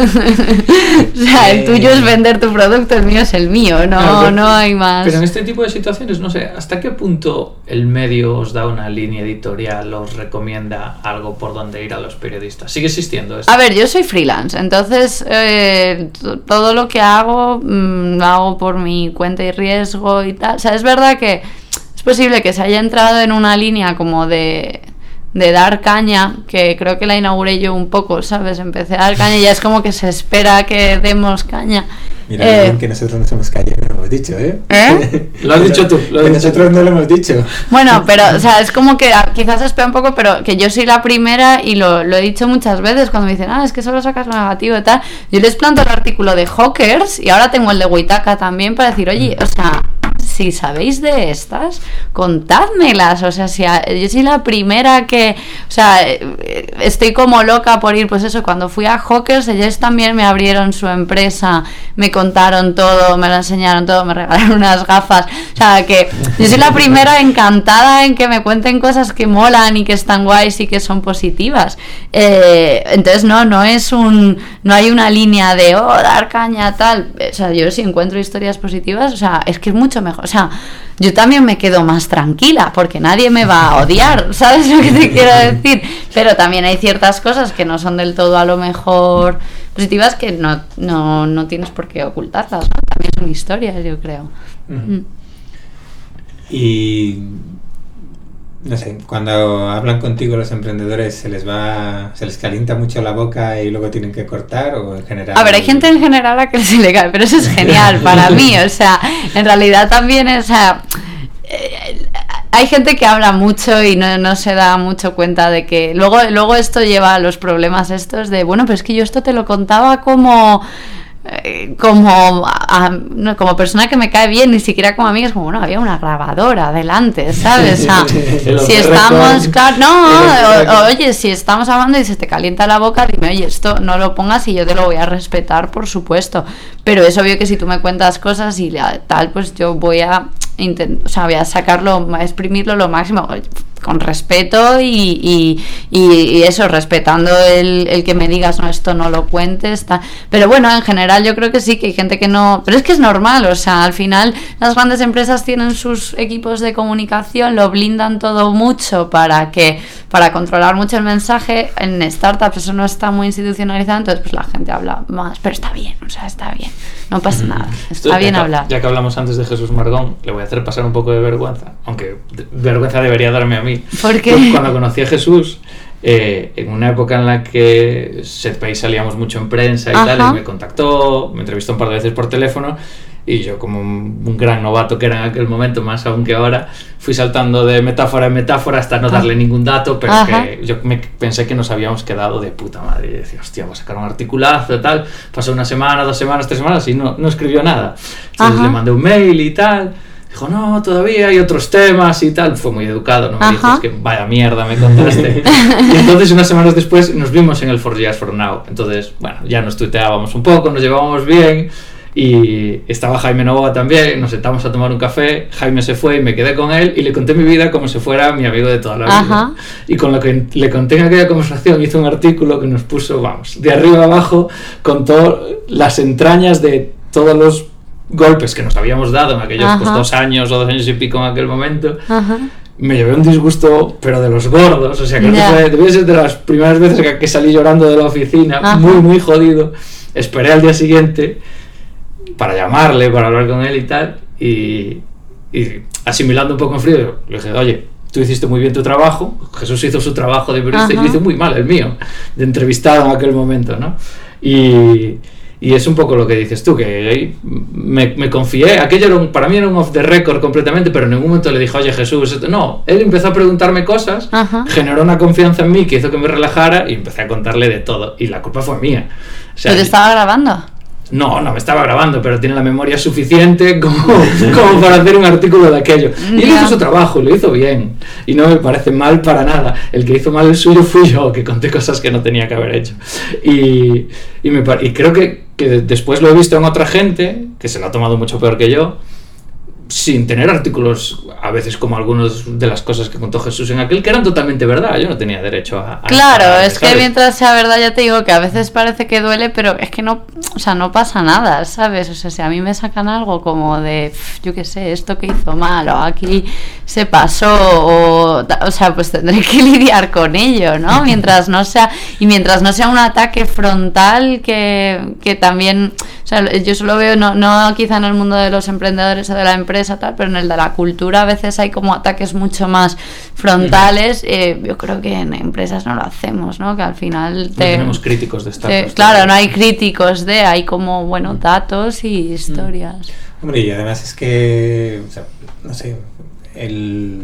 sea, el tuyo es vender tu producto, el mío es el mío, no, claro, pero, no hay más.
Pero en este tipo de situaciones, no sé, ¿hasta qué punto el medio os da una línea editorial, os recomienda algo por donde ir a los periodistas? ¿Sigue existiendo esto?
A ver, yo soy freelance, entonces eh, t- todo lo que hago mmm, lo hago por mi cuenta y riesgo y tal. O sea, es verdad que es posible que se haya entrado en una línea como de... de dar caña, que creo que la inauguré yo un poco, ¿sabes? Empecé a dar caña y ya es como que se espera que demos caña.
Mira,
eh,
bien que nosotros nos hemos callado, no lo hemos dicho, ¿eh?
¿Eh?
Lo has dicho tú. Lo has
que
dicho
nosotros
tú.
no lo hemos dicho.
Bueno, pero, o sea, es como que quizás se espera un poco, pero que yo soy la primera y lo, lo he dicho muchas veces cuando me dicen, ah, es que solo sacas lo negativo y tal. Yo les planto el artículo de Hawkers y ahora tengo el de Huitaca también para decir, oye, o sea... si sabéis de estas, contádmelas, o sea, si a, yo soy la primera que, o sea, estoy como loca por ir, pues eso, cuando fui a Hawkers, ellos también me abrieron su empresa, me contaron todo, me lo enseñaron todo, me regalaron unas gafas, o sea, que yo soy la primera encantada en que me cuenten cosas que molan y que están guays y que son positivas, eh, entonces no, no es un, no hay una línea de, oh, dar caña, tal, o sea, yo si encuentro historias positivas, o sea, es que es mucho mejor. O sea, yo también me quedo más tranquila porque nadie me va a odiar, ¿sabes lo que te quiero decir? Pero también hay ciertas cosas que no son del todo a lo mejor positivas que no, no, no tienes por qué ocultarlas, ¿no? También son historias, yo creo.
Uh-huh. Mm. Y no sé, cuando hablan contigo los emprendedores, ¿se les va, se les calienta mucho la boca y luego tienen que cortar o en general?
A ver, hay gente en general a que se le cae, pero eso es genial para mí, o sea, en realidad también, o sea, eh, hay gente que habla mucho y no, no se da mucho cuenta de que luego, luego esto lleva a los problemas estos de, bueno, pero es que yo esto te lo contaba como... como a, no, como persona que me cae bien, ni siquiera como amiga, es como, bueno, había una grabadora delante, ¿sabes? O sea, si estamos, claro, no, o, o, oye, si estamos hablando y se te calienta la boca, dime, oye, esto no lo pongas y yo te lo voy a respetar, por supuesto, pero es obvio que si tú me cuentas cosas y tal, pues yo voy a intentar, o sea, voy a sacarlo, a exprimirlo lo máximo. con respeto y, y, y, y eso, respetando el, el que me digas, no, esto no lo cuentes, tal. Pero bueno, en general yo creo que sí, que hay gente que no, pero es que es normal, o sea, al final las grandes empresas tienen sus equipos de comunicación, lo blindan todo mucho para que, para controlar mucho el mensaje. En startups eso no está muy institucionalizado, entonces pues la gente habla más, pero está bien, o sea, está bien, no pasa nada, está
Esto,
bien
ya
hablar.
Que, ya que hablamos antes de Jesús Margón, le voy a hacer pasar un poco de vergüenza, aunque de, vergüenza debería darme a mí.
¿Por qué?
Pues cuando conocí a Jesús, eh, en una época en la que SetPay salíamos mucho en prensa y
Ajá.
tal, él me contactó, me entrevistó un par de veces por teléfono, y yo, como un, un gran novato que era en aquel momento, más aún que ahora, fui saltando de metáfora en metáfora hasta no darle ningún dato, pero
Ajá.
que yo me pensé que nos habíamos quedado de puta madre. Y decía, hostia, voy a sacar un articulazo y tal. Pasó una semana, dos semanas, tres semanas y no, no escribió nada. Entonces
Ajá.
le mandé un mail y tal. Dijo, no, todavía hay otros temas y tal. Fue muy educado, no me
Ajá.
dices que vaya mierda me contaste. Y entonces unas semanas después nos vimos en el four years from now. Entonces, bueno, ya nos tuiteábamos un poco, nos llevábamos bien. Y estaba Jaime Novoa también, nos sentamos a tomar un café, Jaime se fue y me quedé con él y le conté mi vida como si fuera mi amigo de toda la vida.
Ajá.
Y con lo que le conté en aquella conversación hizo un artículo que nos puso, vamos, de arriba a abajo, con todas las entrañas de todos los golpes que nos habíamos dado en aquellos pues, dos años o dos años y pico en aquel momento.
Ajá.
Me llevé un disgusto, pero de los gordos, o sea, que
Yeah.
fue, debe ser de las primeras veces que, que salí llorando de la oficina,
Ajá.
muy, muy jodido. Esperé al día siguiente para llamarle, para hablar con él y tal, y, y asimilando un poco en frío, le dije, oye, tú hiciste muy bien tu trabajo, Jesús hizo su trabajo de periodista y yo hice muy mal el mío, de entrevistado en aquel momento, ¿no? Y, y es un poco lo que dices tú, que me, me confié, aquello era un, para mí era un off the record completamente, pero en ningún momento le dije, oye Jesús, esto, no, él empezó a preguntarme cosas,
Ajá.
generó una confianza en mí que hizo que me relajara y empecé a contarle de todo, y la culpa fue mía. O sea,
¿Pero te estaba grabando?
No, no me estaba grabando, pero tiene la memoria suficiente como, como para hacer un artículo de aquello. Y él
Ya.
hizo su trabajo, lo hizo bien. Y no me parece mal para nada. El que hizo mal el suyo fui yo, que conté cosas que no tenía que haber hecho. Y, y, me, y creo que, que después lo he visto en otra gente, que se lo ha tomado mucho peor que yo, sin tener artículos, a veces como algunas de las cosas que contó Jesús en aquel, que eran totalmente verdad. Yo no tenía derecho a... a
Claro,
a,
es que mientras sea verdad, ya te digo que a veces parece que duele, pero es que no, o sea, no pasa nada, ¿sabes? O sea, si a mí me sacan algo como de, yo qué sé, esto que hizo mal, o aquí se pasó, o, o sea, pues tendré que lidiar con ello, ¿no? Mientras no sea, y mientras no sea un ataque frontal que, que también, o sea, yo solo veo, no, no quizá en el mundo de los emprendedores o de la empresa, tal, pero en el de la cultura a veces hay como ataques mucho más frontales. eh, yo creo que en empresas no lo hacemos, ¿no? Que al final te,
no tenemos críticos de startups.
claro, no hay críticos de, hay como, bueno, datos y historias.
Hombre, y además es que, o sea, no sé, el,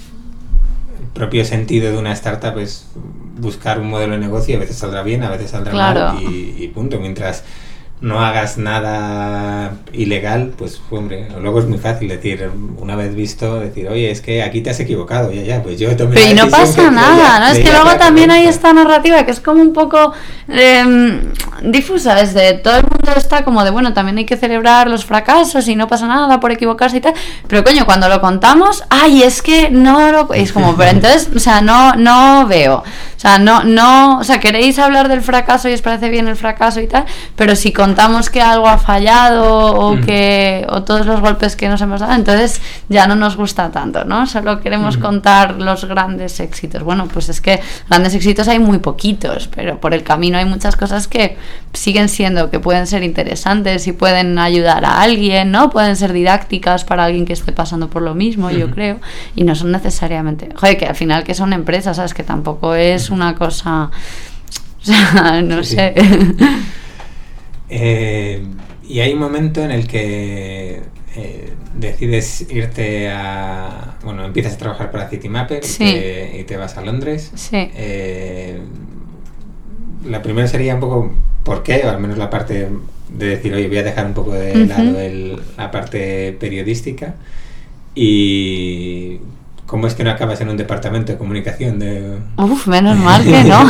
el propio sentido de una startup es buscar un modelo de negocio y a veces saldrá bien, a veces saldrá
Claro.
mal y, y punto. Mientras no hagas nada ilegal, pues hombre, luego es muy fácil decir, una vez visto, decir, oye, es que aquí te has equivocado, ya, ya, pues yo tomé
Pero y
la
no
decisión
pasa
que
nada,
creía-
¿no? Es que
creía
luego
era
también hay
correcta.
esta narrativa que es como un poco eh, difusa, es de todo el mundo está como de, bueno, también hay que celebrar los fracasos y no pasa nada por equivocarse y tal, pero coño, cuando lo contamos, ay, es que no lo... Es como, pero entonces, o sea, no, no veo, o sea, no, no, o sea, queréis hablar del fracaso y os parece bien el fracaso y tal, pero si contamos que algo ha fallado o
Mm.
que o todos los golpes que nos hemos dado, entonces ya no nos gusta tanto, ¿no? Solo queremos
Mm.
contar los grandes éxitos. Bueno, pues es que grandes éxitos hay muy poquitos, pero por el camino hay muchas cosas que siguen siendo, que pueden ser interesantes y pueden ayudar a alguien, ¿no? Pueden ser didácticas para alguien que esté pasando por lo mismo, yo
Mm.
creo, y no son necesariamente, joder, que al final que son empresas, ¿sabes? Que tampoco es una cosa, o sea, no
Sí, sí.
sé.
Eh, y hay un momento en el que eh, decides irte a... Bueno, empiezas a trabajar para Citymapper y,
Sí.
te, y te vas a Londres.
Sí.
Eh, la primera sería un poco por qué, o al menos la parte de decir, oye, voy a dejar un poco de
Ujú.
lado el, la parte periodística. Y... ¿Cómo es que no acabas en un departamento de comunicación de...?
Uf, menos mal que no.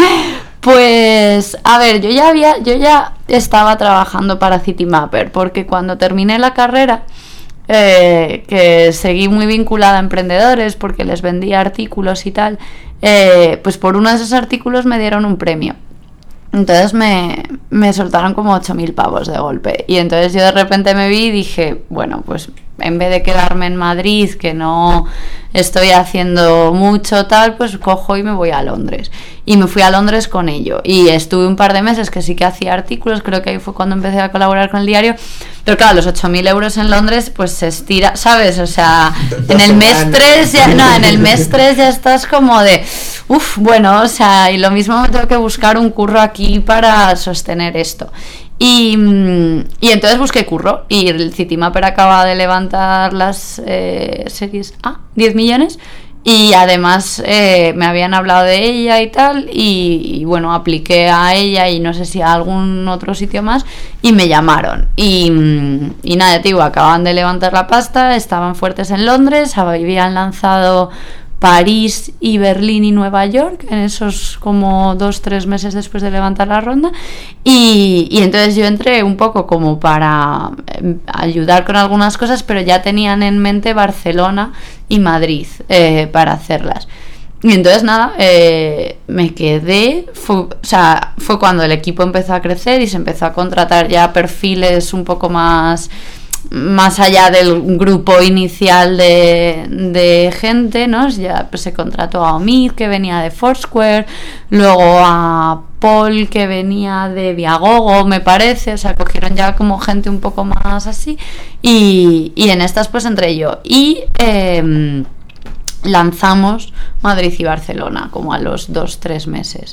Pues, a ver, yo ya había, yo ya estaba trabajando para Citymapper, porque cuando terminé la carrera, eh, que seguí muy vinculada a emprendedores porque les vendía artículos y tal, eh, pues por uno de esos artículos me dieron un premio. Entonces me, me soltaron como ocho mil pavos de golpe. Y entonces yo de repente me vi y dije, bueno, pues en vez de quedarme en Madrid, que no estoy haciendo mucho tal, pues cojo y me voy a Londres. Y me fui a Londres con ello. Y estuve un par de meses que sí que hacía artículos, creo que ahí fue cuando empecé a colaborar con el diario. Pero claro, los ocho mil euros en Londres, pues se estira, ¿sabes? O sea, en el mes tres ya, no, en el mes tres ya estás como de, uff, bueno, o sea, y lo mismo me tengo que buscar un curro aquí para sostener esto. Y, y entonces busqué curro y el Citymapper acaba de levantar las eh, series A, diez millones, y además eh, me habían hablado de ella y tal, y, y bueno, apliqué a ella y no sé si a algún otro sitio más, y me llamaron y, y nada, te digo, acaban de levantar la pasta, estaban fuertes en Londres, habían lanzado París y Berlín y Nueva York en esos como dos, tres meses después de levantar la ronda, y, y entonces yo entré un poco como para ayudar con algunas cosas, pero ya tenían en mente Barcelona y Madrid eh, para hacerlas. Y entonces nada, eh, me quedé, fue, o sea, fue cuando el equipo empezó a crecer y se empezó a contratar ya perfiles un poco más... más allá del grupo inicial de, de gente, ¿no? Ya pues, se contrató a Omid, que venía de Foursquare, luego a Paul, que venía de Viagogo, me parece, o sea, cogieron ya como gente un poco más así, y, y en estas pues entré yo, y eh, lanzamos Madrid y Barcelona como a los dos, tres meses,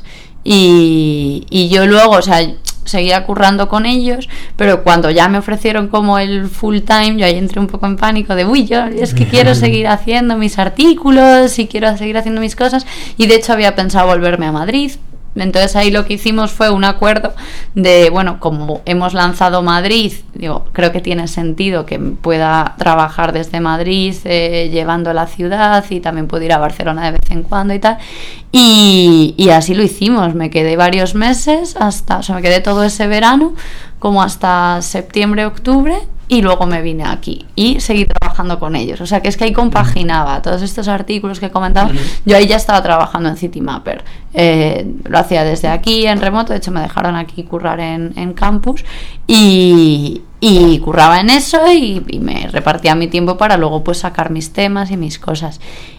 y, y yo luego, o sea, seguía currando con ellos, pero cuando ya me ofrecieron como el full time, yo ahí entré un poco en pánico de, uy, yo es que quiero seguir haciendo mis artículos y quiero seguir haciendo mis cosas, y de hecho había pensado volverme a Madrid. Entonces ahí lo que hicimos fue un acuerdo de, bueno, como hemos lanzado Madrid, digo, creo que tiene sentido que pueda trabajar desde Madrid eh, llevando la ciudad, y también puedo ir a Barcelona de vez en cuando y tal, y, y así lo hicimos. Me quedé varios meses, hasta, o sea, me quedé todo ese verano, como hasta septiembre, octubre, y luego me vine aquí y seguí trabajando con ellos. O sea, que es que ahí compaginaba todos estos artículos que comentaba. Uh-huh. Yo ahí ya estaba trabajando en Citymapper. Eh, lo hacía desde aquí, en remoto. De hecho, me dejaron aquí currar en, en campus. Y, y curraba en eso y, y me repartía mi tiempo para luego pues sacar mis temas y mis cosas.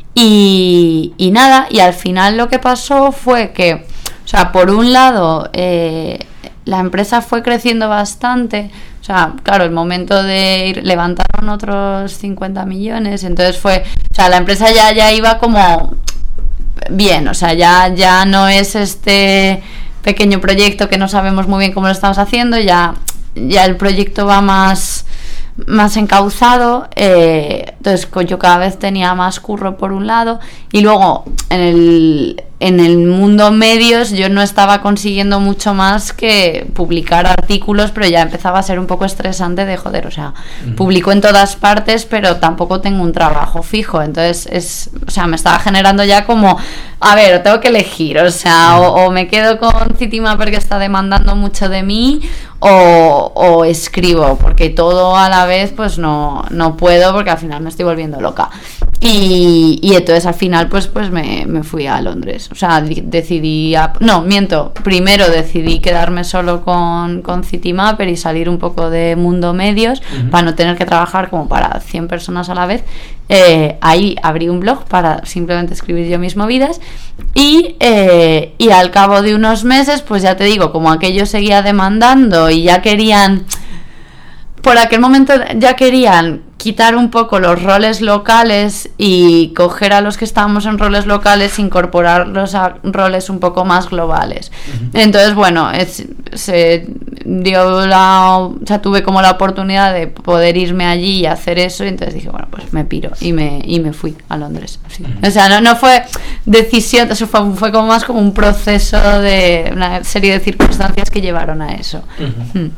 Y, y nada, y al final lo que pasó fue que, o sea, por un lado, eh, la empresa fue creciendo bastante. O sea, claro, el momento de ir, levantaron otros cincuenta millones, entonces fue, o sea, la empresa ya, ya iba como bien, o sea, ya, ya no es este pequeño proyecto que no sabemos muy bien cómo lo estamos haciendo, ya, ya el proyecto va más, más encauzado, eh, entonces yo cada vez tenía más curro por un lado, y luego en el... en el mundo medios yo no estaba consiguiendo mucho más que publicar artículos, pero ya empezaba a ser un poco estresante de joder, o sea, uh-huh. publico en todas partes, pero tampoco tengo un trabajo fijo, entonces es, o sea, me estaba generando ya como, a ver, tengo que elegir, o sea, uh-huh. o, o me quedo con Citymapper, que está demandando mucho de mí, o, o escribo, porque todo a la vez pues no, no puedo, porque al final me estoy volviendo loca. Y, y entonces al final pues pues me, me fui a Londres, o sea, decidí a, no, miento, primero decidí quedarme solo con, con Citymapper y salir un poco de mundo medios, uh-huh. para no tener que trabajar como para cien personas a la vez. Eh, ahí abrí un blog para simplemente escribir yo mis movidas, y, eh, y al cabo de unos meses, pues ya te digo, como aquello seguía demandando y ya querían, por aquel momento ya querían quitar un poco los roles locales y coger a los que estábamos en roles locales, incorporarlos a roles un poco más globales. Uh-huh. Entonces, bueno, es, se dio la, o sea, tuve como la oportunidad de poder irme allí y hacer eso, y entonces dije, bueno, pues me piro y me y me fui a Londres. Sí. Uh-huh. O sea, no, no fue decisión, eso fue, fue como más como un proceso de una serie de circunstancias que llevaron a eso. Uh-huh. Mm.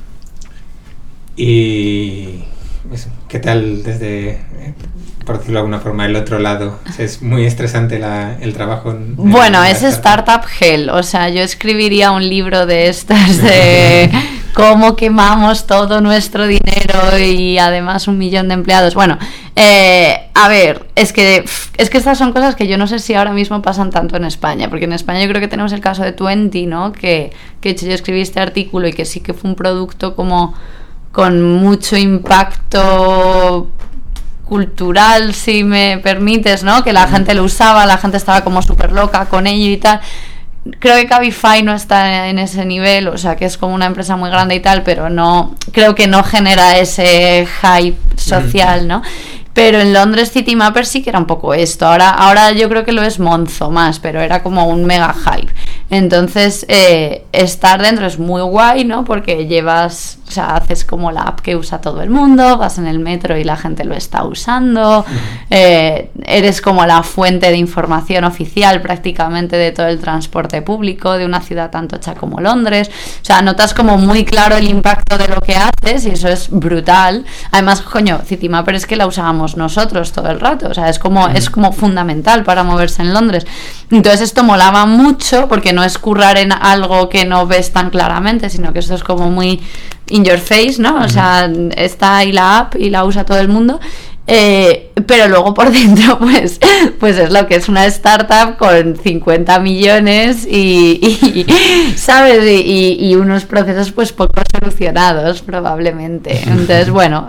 Y ¿qué tal desde, por decirlo de alguna forma, el otro lado? Es muy estresante la, el trabajo. En,
bueno, en es startup hell. O sea, yo escribiría un libro de estas de cómo quemamos todo nuestro dinero dinero y además un millón de empleados. Bueno, eh, a ver, es que, es que estas son cosas que yo no sé si ahora mismo pasan tanto en España, porque en España yo creo que tenemos el caso de veinte, ¿no? Que, que de hecho yo escribí este artículo y que sí que fue un producto como con mucho impacto cultural, si me permites, ¿no? Que la gente lo usaba, la gente estaba como súper loca con ello y tal. Creo que Cabify no está en ese nivel, o sea, que es como una empresa muy grande y tal, pero no, creo que no genera ese hype social, ¿no? Pero en Londres Citymapper sí que era un poco esto. Ahora, ahora yo creo que lo es Monzo más, pero era como un mega hype. Entonces, eh, estar dentro es muy guay, ¿no? Porque llevas, o sea, haces como la app que usa todo el mundo, vas en el metro y la gente lo está usando, eh, eres como la fuente de información oficial prácticamente de todo el transporte público de una ciudad tan tocha como Londres. O sea, notas como muy claro el impacto de lo que haces y eso es brutal. Además, coño, Citymapper es que la usábamos nosotros todo el rato, o sea, es como, es como fundamental para moverse en Londres. Entonces esto molaba mucho porque no es currar en algo que no ves tan claramente, sino que esto es como muy in your face, ¿no? O sea, está ahí la app y la usa todo el mundo. Eh, pero luego por dentro pues, pues es lo que es una startup con cincuenta millones y, y ¿sabes? Y, y, y unos procesos pues poco solucionados probablemente. Entonces bueno,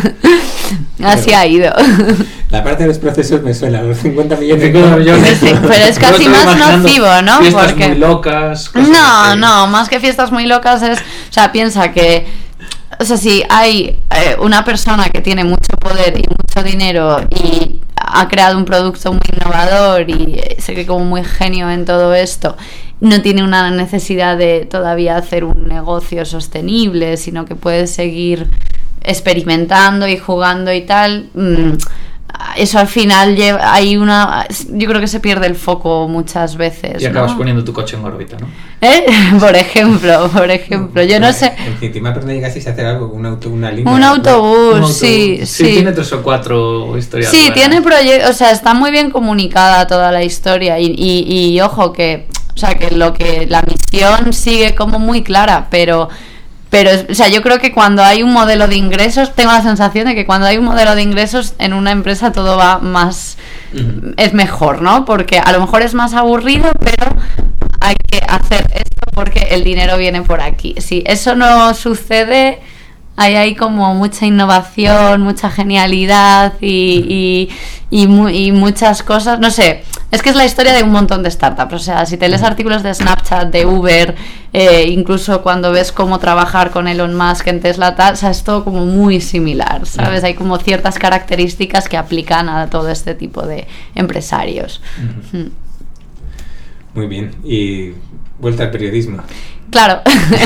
así ha ido.
La parte de los procesos me suena, los cincuenta millones.
millones.
Sí, pero es casi más nocivo, ¿no?
Fiestas
Porque
muy locas.
No, no, más que fiestas muy locas es, o sea, piensa que, o sea, si hay eh, una persona que tiene mucho poder y mucho dinero y ha creado un producto muy innovador y se cree como muy genio en todo esto, no tiene una necesidad de todavía hacer un negocio sostenible, sino que puede seguir experimentando y jugando y tal. Mmm, eso al final lleva, hay una, yo creo que se pierde el foco muchas veces,
y acabas
¿no?
poniendo tu coche en órbita, ¿no?
¿Eh? Por ejemplo, por ejemplo, yo no sé.
En Citymapper no llegasteis a hacer algo, un auto, una línea.
Un autobús,
Un autobús.
sí,
sí,
sí.
Tiene tres o cuatro historias.
Sí,
buenas.
tiene proyectos, o sea, está muy bien comunicada toda la historia y, y, y ojo que, o sea, que lo que la misión sigue como muy clara, pero Pero, o sea, yo creo que cuando hay un modelo de ingresos, tengo la sensación de que cuando hay un modelo de ingresos en una empresa todo va más, uh-huh. es mejor, ¿no? Porque a lo mejor es más aburrido, pero hay que hacer esto porque el dinero viene por aquí. Si eso no sucede, ahí hay como mucha innovación, mucha genialidad y, y, y, mu- y muchas cosas, no sé, es que es la historia de un montón de startups. O sea, si te lees artículos de Snapchat, de Uber, eh, incluso cuando ves cómo trabajar con Elon Musk en Tesla, tal, o sea, es todo como muy similar, ¿sabes? Hay como ciertas características que aplican a todo este tipo de empresarios. Uh-huh. Mm.
Muy bien, y vuelta al periodismo.
Claro.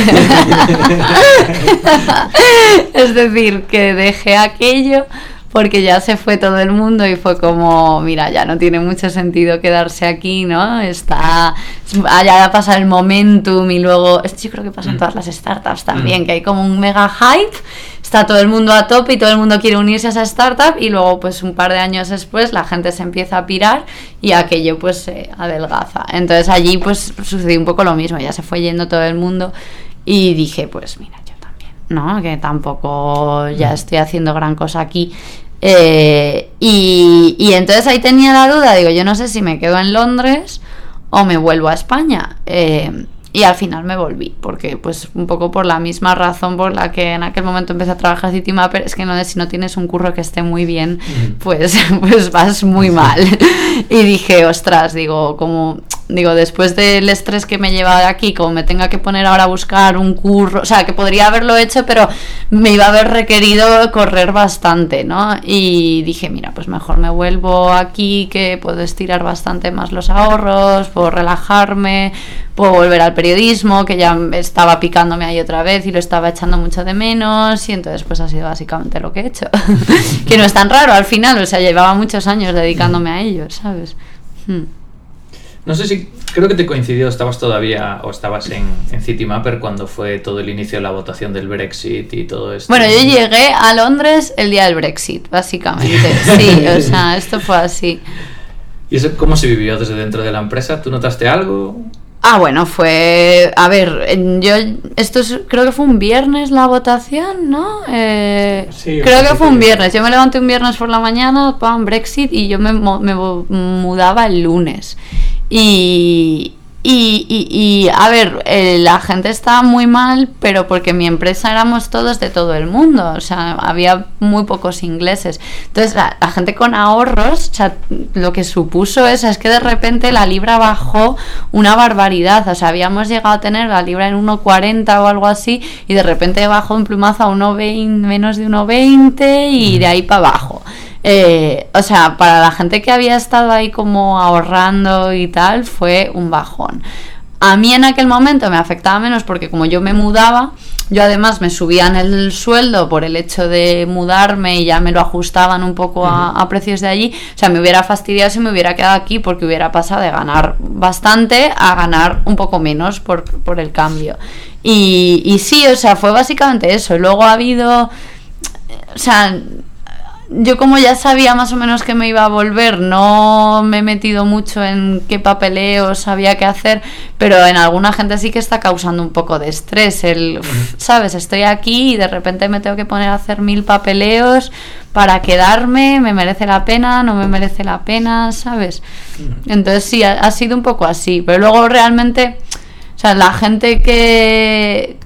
Es decir, que dejé aquello porque ya se fue todo el mundo y fue como, mira, ya no tiene mucho sentido quedarse aquí, ¿no? Está, ya pasa el momentum y luego, esto yo creo que pasa en todas las startups también, que hay como un mega hype, está todo el mundo a tope y todo el mundo quiere unirse a esa startup y luego pues un par de años después la gente se empieza a pirar y aquello pues se adelgaza. Entonces allí pues sucedió un poco lo mismo, ya se fue yendo todo el mundo y dije, pues mira, yo también, ¿no? Que tampoco ya estoy haciendo gran cosa aquí. Eh, y, y entonces ahí tenía la duda, digo, yo no sé si me quedo en Londres o me vuelvo a España. Eh, y al final me volví, porque pues un poco por la misma razón por la que en aquel momento empecé a trabajar en Citymapper, es que no, si no tienes un curro que esté muy bien, pues, pues vas muy mal. Y dije, ostras, digo, como... Digo, después del estrés que me lleva de aquí, como me tenga que poner ahora a buscar un curro, o sea, que podría haberlo hecho, pero me iba a haber requerido correr bastante, ¿no? Y dije, mira, pues mejor me vuelvo aquí, que puedo estirar bastante más los ahorros, puedo relajarme, puedo volver al periodismo, que ya estaba picándome ahí otra vez y lo estaba echando mucho de menos, y entonces pues ha sido básicamente lo que he hecho. Que no es tan raro al final, o sea, llevaba muchos años dedicándome a ello, ¿sabes? Hmm.
No sé si, creo que te coincidió, estabas todavía, o estabas en, en Citymapper cuando fue todo el inicio de la votación del Brexit y todo esto.
Bueno, yo llegué a Londres el día del Brexit, básicamente. Sí, o sea, esto fue así.
¿Y eso cómo se vivió desde dentro de la empresa? ¿Tú notaste algo?
Ah, bueno, fue... A ver, yo... Esto es, creo que fue un viernes la votación, ¿no? Eh,
sí,
creo que fue un viernes. Yo me levanté un viernes por la mañana, pam, Brexit, y yo me, me mudaba el lunes. Y... Y, y, y, a ver, eh, la gente estaba muy mal, pero porque mi empresa éramos todos de todo el mundo, o sea, había muy pocos ingleses. Entonces, la, la gente con ahorros, o sea, lo que supuso eso es que de repente la libra bajó una barbaridad, o sea, habíamos llegado a tener la libra en uno cuarenta o algo así, y de repente bajó un plumazo a uno veinte, menos de uno veinte, y de ahí para abajo. Eh, o sea, para la gente que había estado ahí como ahorrando y tal, fue un bajón. A mí en aquel momento me afectaba menos porque como yo me mudaba, yo además me subían el sueldo por el hecho de mudarme y ya me lo ajustaban un poco a, a precios de allí. O sea, me hubiera fastidiado si me hubiera quedado aquí porque hubiera pasado de ganar bastante a ganar un poco menos por, por el cambio. Y, y sí, o sea, fue básicamente eso. Luego ha habido... O sea... Yo como ya sabía más o menos que me iba a volver, no me he metido mucho en qué papeleos había que hacer, pero en alguna gente sí que está causando un poco de estrés, el, ¿sabes? Estoy aquí y de repente me tengo que poner a hacer mil papeleos para quedarme, me merece la pena, no me merece la pena, ¿sabes? Entonces sí, ha, ha sido un poco así, pero luego realmente, o sea, la gente que...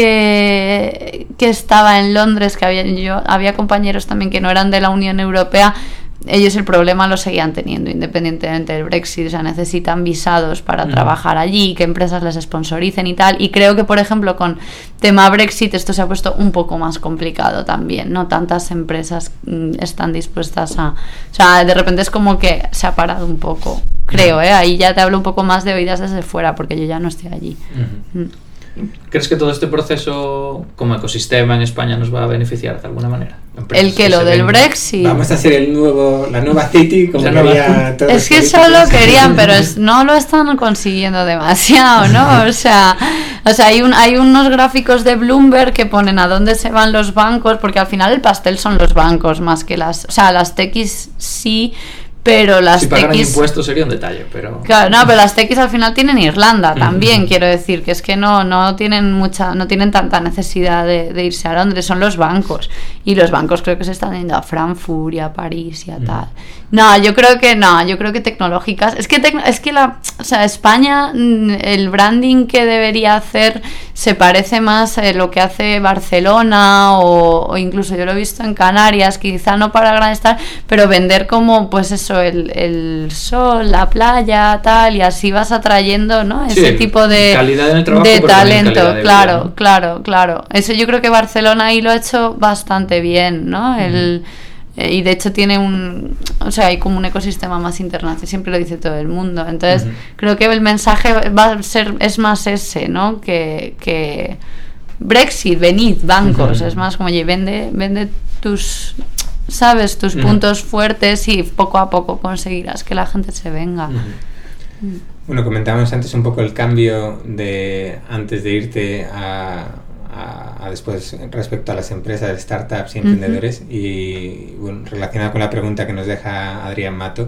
Que, que estaba en Londres, que había yo había compañeros también que no eran de la Unión Europea, ellos el problema lo seguían teniendo independientemente del Brexit, o sea, necesitan visados para mm. trabajar allí, que empresas les sponsoricen y tal, y creo que por ejemplo con tema Brexit esto se ha puesto un poco más complicado también, no tantas empresas mm, están dispuestas a, o sea, de repente es como que se ha parado un poco, creo, ¿eh? Ahí ya te hablo un poco más de oídas desde fuera porque yo ya no estoy allí. Mm. Mm.
¿Crees que todo este proceso como ecosistema en España nos va a beneficiar de alguna manera?
Empresas el que, que lo del Brexit.
Vamos a ser el nuevo, la nueva City, como quería todos.
Es que eso lo querían, pero es, no lo están consiguiendo demasiado, ¿no? O sea, o sea, hay un, hay unos gráficos de Bloomberg que ponen a dónde se van los bancos, porque al final el pastel son los bancos más que las, o sea, las techis sí. Pero las
si pagaran
techis...
impuestos sería un detalle, pero...
Claro, no, pero las techis al final tienen Irlanda también, quiero decir, que es que no, no tienen mucha, no tienen tanta necesidad de, de irse a Londres, son los bancos. Y los bancos creo que se están yendo a Frankfurt y a París y a tal. No, yo creo que no, yo creo que tecnológicas... Es que, tec... es que la, o sea, España, el branding que debería hacer se parece más a lo que hace Barcelona o, o incluso yo lo he visto en Canarias, quizá no para gran estar, pero vender como, pues eso, El, el sol, la playa, tal, y así vas atrayendo, ¿no? Ese sí, tipo de,
calidad en el trabajo,
de talento,
de
claro,
vida, ¿no?
claro, claro. Eso yo creo que Barcelona ahí lo ha hecho bastante bien, ¿no? El, uh-huh. eh, y de hecho tiene un, o sea, hay como un ecosistema más internacional, siempre lo dice todo el mundo. Entonces, uh-huh. creo que el mensaje va a ser, es más ese, ¿no? Que, que Brexit, venid, bancos, uh-huh. es más como, oye, vende, vende tus... sabes, tus uh-huh. puntos fuertes y poco a poco conseguirás que la gente se venga.
Uh-huh. Uh. Bueno, comentábamos antes un poco el cambio de antes de irte a, a, a después respecto a las empresas, startups y emprendedores uh-huh. y bueno, relacionado con la pregunta que nos deja Adrián Mato,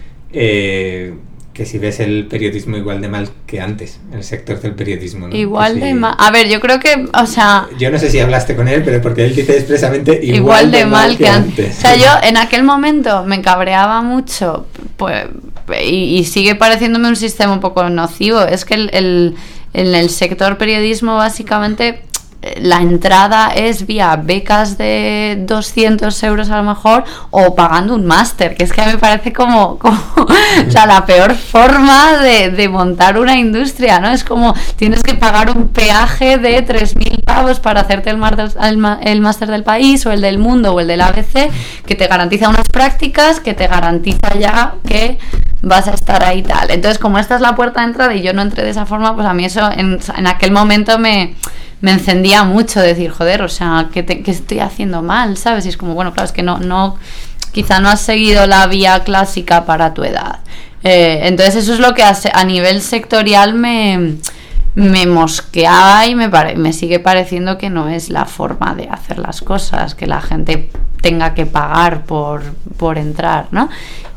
eh, que si ves el periodismo igual de mal que antes, el sector del periodismo, ¿no?
Igual
si,
de mal. A ver, yo creo que, o sea...
Yo no sé si hablaste con él, pero porque él dice expresamente igual,
igual de, de mal, mal que, que
antes.
antes. O sea, yo en aquel momento me cabreaba mucho, pues, y, y sigue pareciéndome un sistema un poco nocivo. Es que el, el, en el sector periodismo básicamente... la entrada es vía becas de doscientos euros a lo mejor o pagando un máster, que es que a mí me parece como, como o sea, la peor forma de, de montar una industria, ¿no? Es como tienes que pagar un peaje de tres mil pavos para hacerte el, mar del, el, el máster del país o el del mundo o el del A B C, que te garantiza unas prácticas, que te garantiza ya que vas a estar ahí tal. Entonces, como esta es la puerta de entrada y yo no entré de esa forma, pues a mí eso en, en aquel momento me... me encendía mucho decir, joder, o sea, ¿qué, te, qué estoy haciendo mal? ¿Sabes? Y es como, bueno, claro, es que no, no quizá no has seguido la vía clásica para tu edad. Eh, entonces eso es lo que a, a nivel sectorial me, me mosqueaba y me, pare, me sigue pareciendo que no es la forma de hacer las cosas, que la gente tenga que pagar por, por entrar, ¿no?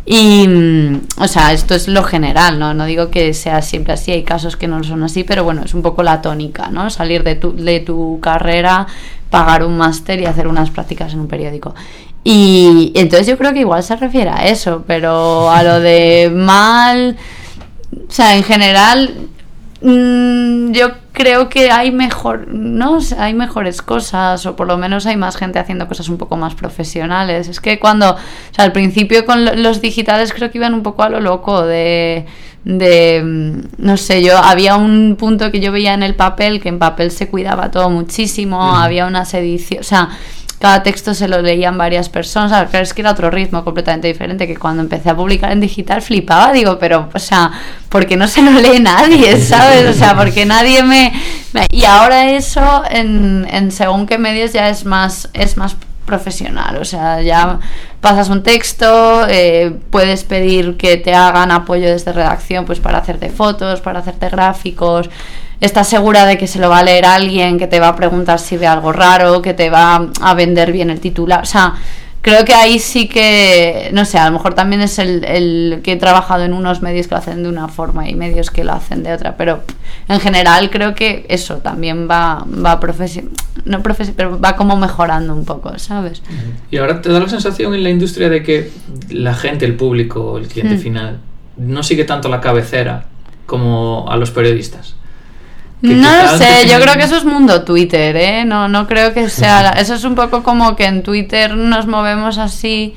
Y, o sea, esto es lo general, ¿no? No digo que sea siempre así, hay casos que no son así, pero bueno, es un poco la tónica, ¿no? Salir de tu, de tu carrera, pagar un máster y hacer unas prácticas en un periódico. Y entonces yo creo que igual se refiere a eso, pero a lo de mal, o sea, en general, mmm, yo creo que hay mejor, no, o sea, hay mejores cosas, o por lo menos hay más gente haciendo cosas un poco más profesionales. Es que cuando, o sea, al principio con los digitales creo que iban un poco a lo loco de, de, no sé, yo había un punto que yo veía en el papel, que en papel se cuidaba todo muchísimo, mm. había unas ediciones, o sea, cada texto se lo leían varias personas, claro, es que era otro ritmo completamente diferente, que cuando empecé a publicar en digital flipaba, digo, pero, o sea, ¿por qué no se lo lee nadie, sabes? O sea, porque nadie me... me... Y ahora eso, en, en según qué medios, ya es más, es más profesional, o sea, ya pasas un texto, eh, puedes pedir que te hagan apoyo desde redacción, pues para hacerte fotos, para hacerte gráficos... Estás segura de que se lo va a leer alguien, que te va a preguntar si ve algo raro, que te va a vender bien el titular. O sea, creo que ahí sí que, no sé, a lo mejor también es el, el que he trabajado en unos medios que lo hacen de una forma y medios que lo hacen de otra, pero en general creo que eso también va, va profesi- no profesi- pero va como mejorando un poco, ¿sabes?
Y ahora te da la sensación en la industria de que la gente, el público, el cliente hmm. final, no sigue tanto la cabecera como a los periodistas.
No lo sé, yo creo que eso es mundo Twitter, ¿eh? No, no creo que sea... Eso es un poco como que en Twitter nos movemos así...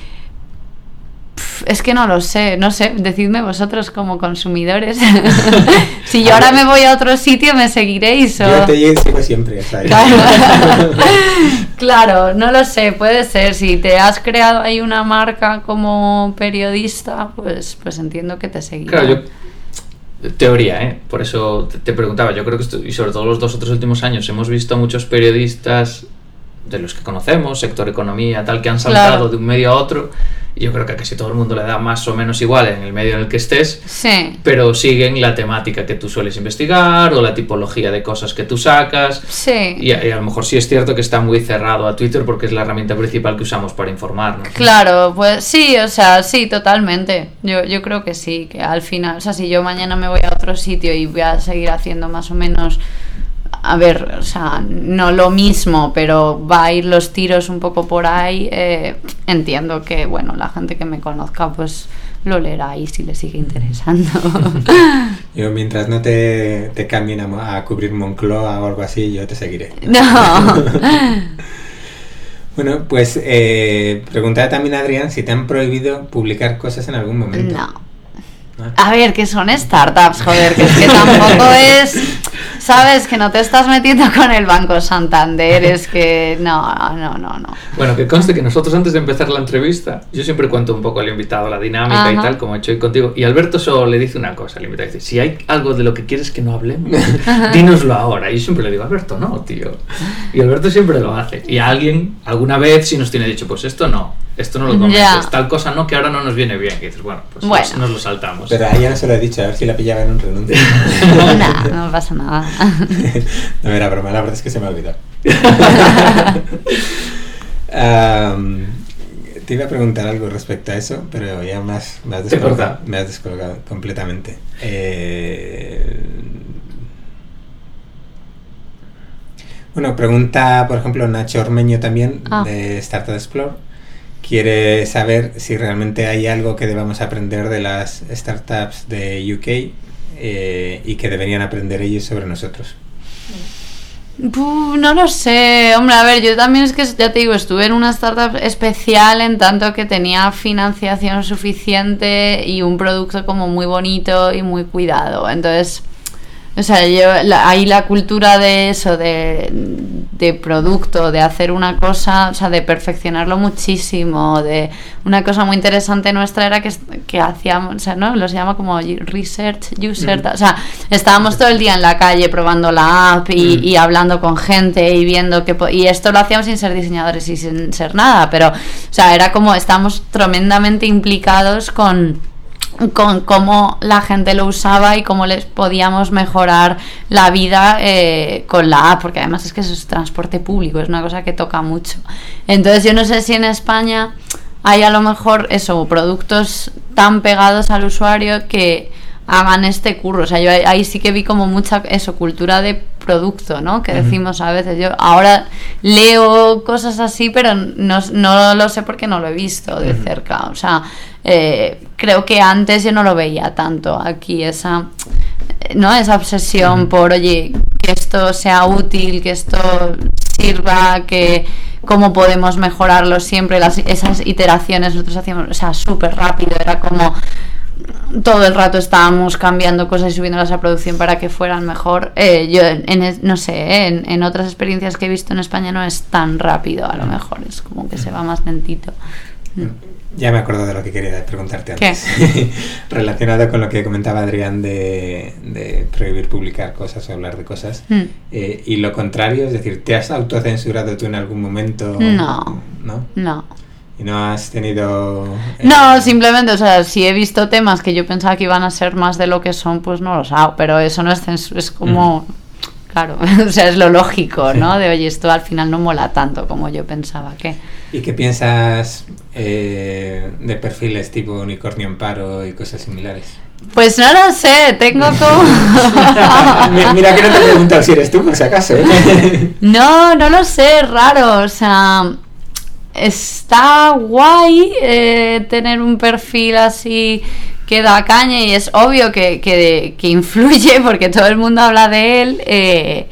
Pff, es que no lo sé, no sé, decidme vosotros como consumidores. Si yo ahora me voy a otro sitio, ¿me seguiréis? O...
Yo te sigo siempre, ¿sabes?
Claro. Claro, no lo sé, puede ser. Si te has creado ahí una marca como periodista, pues, pues entiendo que te seguiré.
Claro, yo... Teoría, ¿eh? Por eso te preguntaba. Yo creo que esto, y sobre todo los dos o tres últimos años, hemos visto muchos periodistas de los que conocemos, sector economía, tal, que han saltado claro. de un medio a otro. Y yo creo que a casi todo el mundo le da más o menos igual en el medio en el que estés,
sí.
pero siguen la temática que tú sueles investigar o la tipología de cosas que tú sacas.
Sí.
Y a, y a lo mejor sí es cierto que está muy cerrado a Twitter porque es la herramienta principal que usamos para informarnos.
Claro, pues sí, o sea, sí, totalmente. Yo, yo creo que sí, que al final, o sea, si yo mañana me voy a otro sitio y voy a seguir haciendo más o menos... A ver, o sea, no lo mismo, pero va a ir los tiros un poco por ahí. Eh, entiendo que, bueno, la gente que me conozca, pues lo leerá y si le sigue interesando.
Yo, mientras no te, te cambien a, a cubrir Moncloa o algo así, yo te seguiré.
No.
Bueno, pues eh, preguntaba también a Adrián si te han prohibido publicar cosas en algún momento.
No. A ver, que son startups, joder, que es que tampoco es, sabes, que no te estás metiendo con el Banco Santander, es que no, no, no, no.
Bueno, que conste que nosotros antes de empezar la entrevista, yo siempre cuento un poco al invitado, la dinámica Ajá. y tal, como he hecho hoy contigo, y Alberto solo le dice una cosa al invitado, dice, si hay algo de lo que quieres que no hablemos, dínoslo ahora. Y yo siempre le digo, Alberto, no, tío. Y Alberto siempre lo hace. Y alguien, alguna vez, sí nos tiene dicho, pues esto no, esto no lo comentes, yeah. tal cosa no, que ahora no nos viene bien. Y dices, bueno, pues
bueno.
Nos, nos lo saltamos.
Pero a ella no se lo he dicho, a ver si la pillaba en un renuncio.
No, no pasa nada.
No era broma, la verdad es que se me ha olvidado. um, te iba a preguntar algo respecto a eso, pero ya me has, me has, descolgado, me has descolgado completamente. Eh, bueno, pregunta, por ejemplo, Nacho Ormeño también, ah. de Startup Explore. Quiere saber si realmente hay algo que debamos aprender de las startups de U K eh, y que deberían aprender ellos sobre nosotros.
Puh, no lo sé, hombre, a ver, yo también es que, ya te digo, estuve en una startup especial en tanto que tenía financiación suficiente y un producto como muy bonito y muy cuidado, entonces... O sea, yo, la, ahí la cultura de eso, de, de producto, de hacer una cosa, o sea, de perfeccionarlo muchísimo, de una cosa muy interesante nuestra era que, que hacíamos, o sea, ¿no? Los llama como research user, mm. o sea, estábamos todo el día en la calle probando la app y, mm. y hablando con gente y viendo que, y esto lo hacíamos sin ser diseñadores y sin ser nada, pero, o sea, era como, estábamos tremendamente implicados con... con cómo la gente lo usaba y cómo les podíamos mejorar la vida eh, con la app, porque además es que eso es transporte público, es una cosa que toca mucho. Entonces yo no sé si en España hay a lo mejor eso, productos tan pegados al usuario que hagan este curro. O sea, yo ahí sí que vi como mucha eso, cultura de producto, ¿no? Que decimos a veces. Yo ahora leo cosas así, pero no, no lo sé porque no lo he visto de cerca. O sea, eh, creo que antes yo no lo veía tanto aquí, esa, ¿no? Esa obsesión uh-huh. por, oye, que esto sea útil, que esto sirva, que cómo podemos mejorarlo siempre, las, esas iteraciones nosotros hacíamos, o sea, súper rápido, era como todo el rato estábamos cambiando cosas y subiéndolas a producción para que fueran mejor. Eh, yo, en, no sé, en, en otras experiencias que he visto en España no es tan rápido, a lo mejor es como que se va más lentito.
Ya me acuerdo de lo que quería preguntarte antes. Relacionado con lo que comentaba Adrián de, de prohibir publicar cosas o hablar de cosas. Mm. Eh, y lo contrario, es decir, ¿te has autocensurado tú en algún momento?
No.
¿No?
No.
¿Y no has tenido...? Eh...
No, simplemente, o sea, si he visto temas que yo pensaba que iban a ser más de lo que son, pues no los hago. Pero eso no es censura, es como... Mm. Claro, o sea, es lo lógico, ¿no? Sí. De, oye, esto al final no mola tanto como yo pensaba que...
¿Y qué piensas eh, de perfiles tipo Unicornio en Paro y cosas similares?
Pues no lo sé, tengo como...
Mira que no te he preguntado si eres tú, por si acaso. ¿eh?
No, no lo sé, es raro, o sea... Está guay eh, tener un perfil así que da caña y es obvio que, que, que influye porque todo el mundo habla de él eh,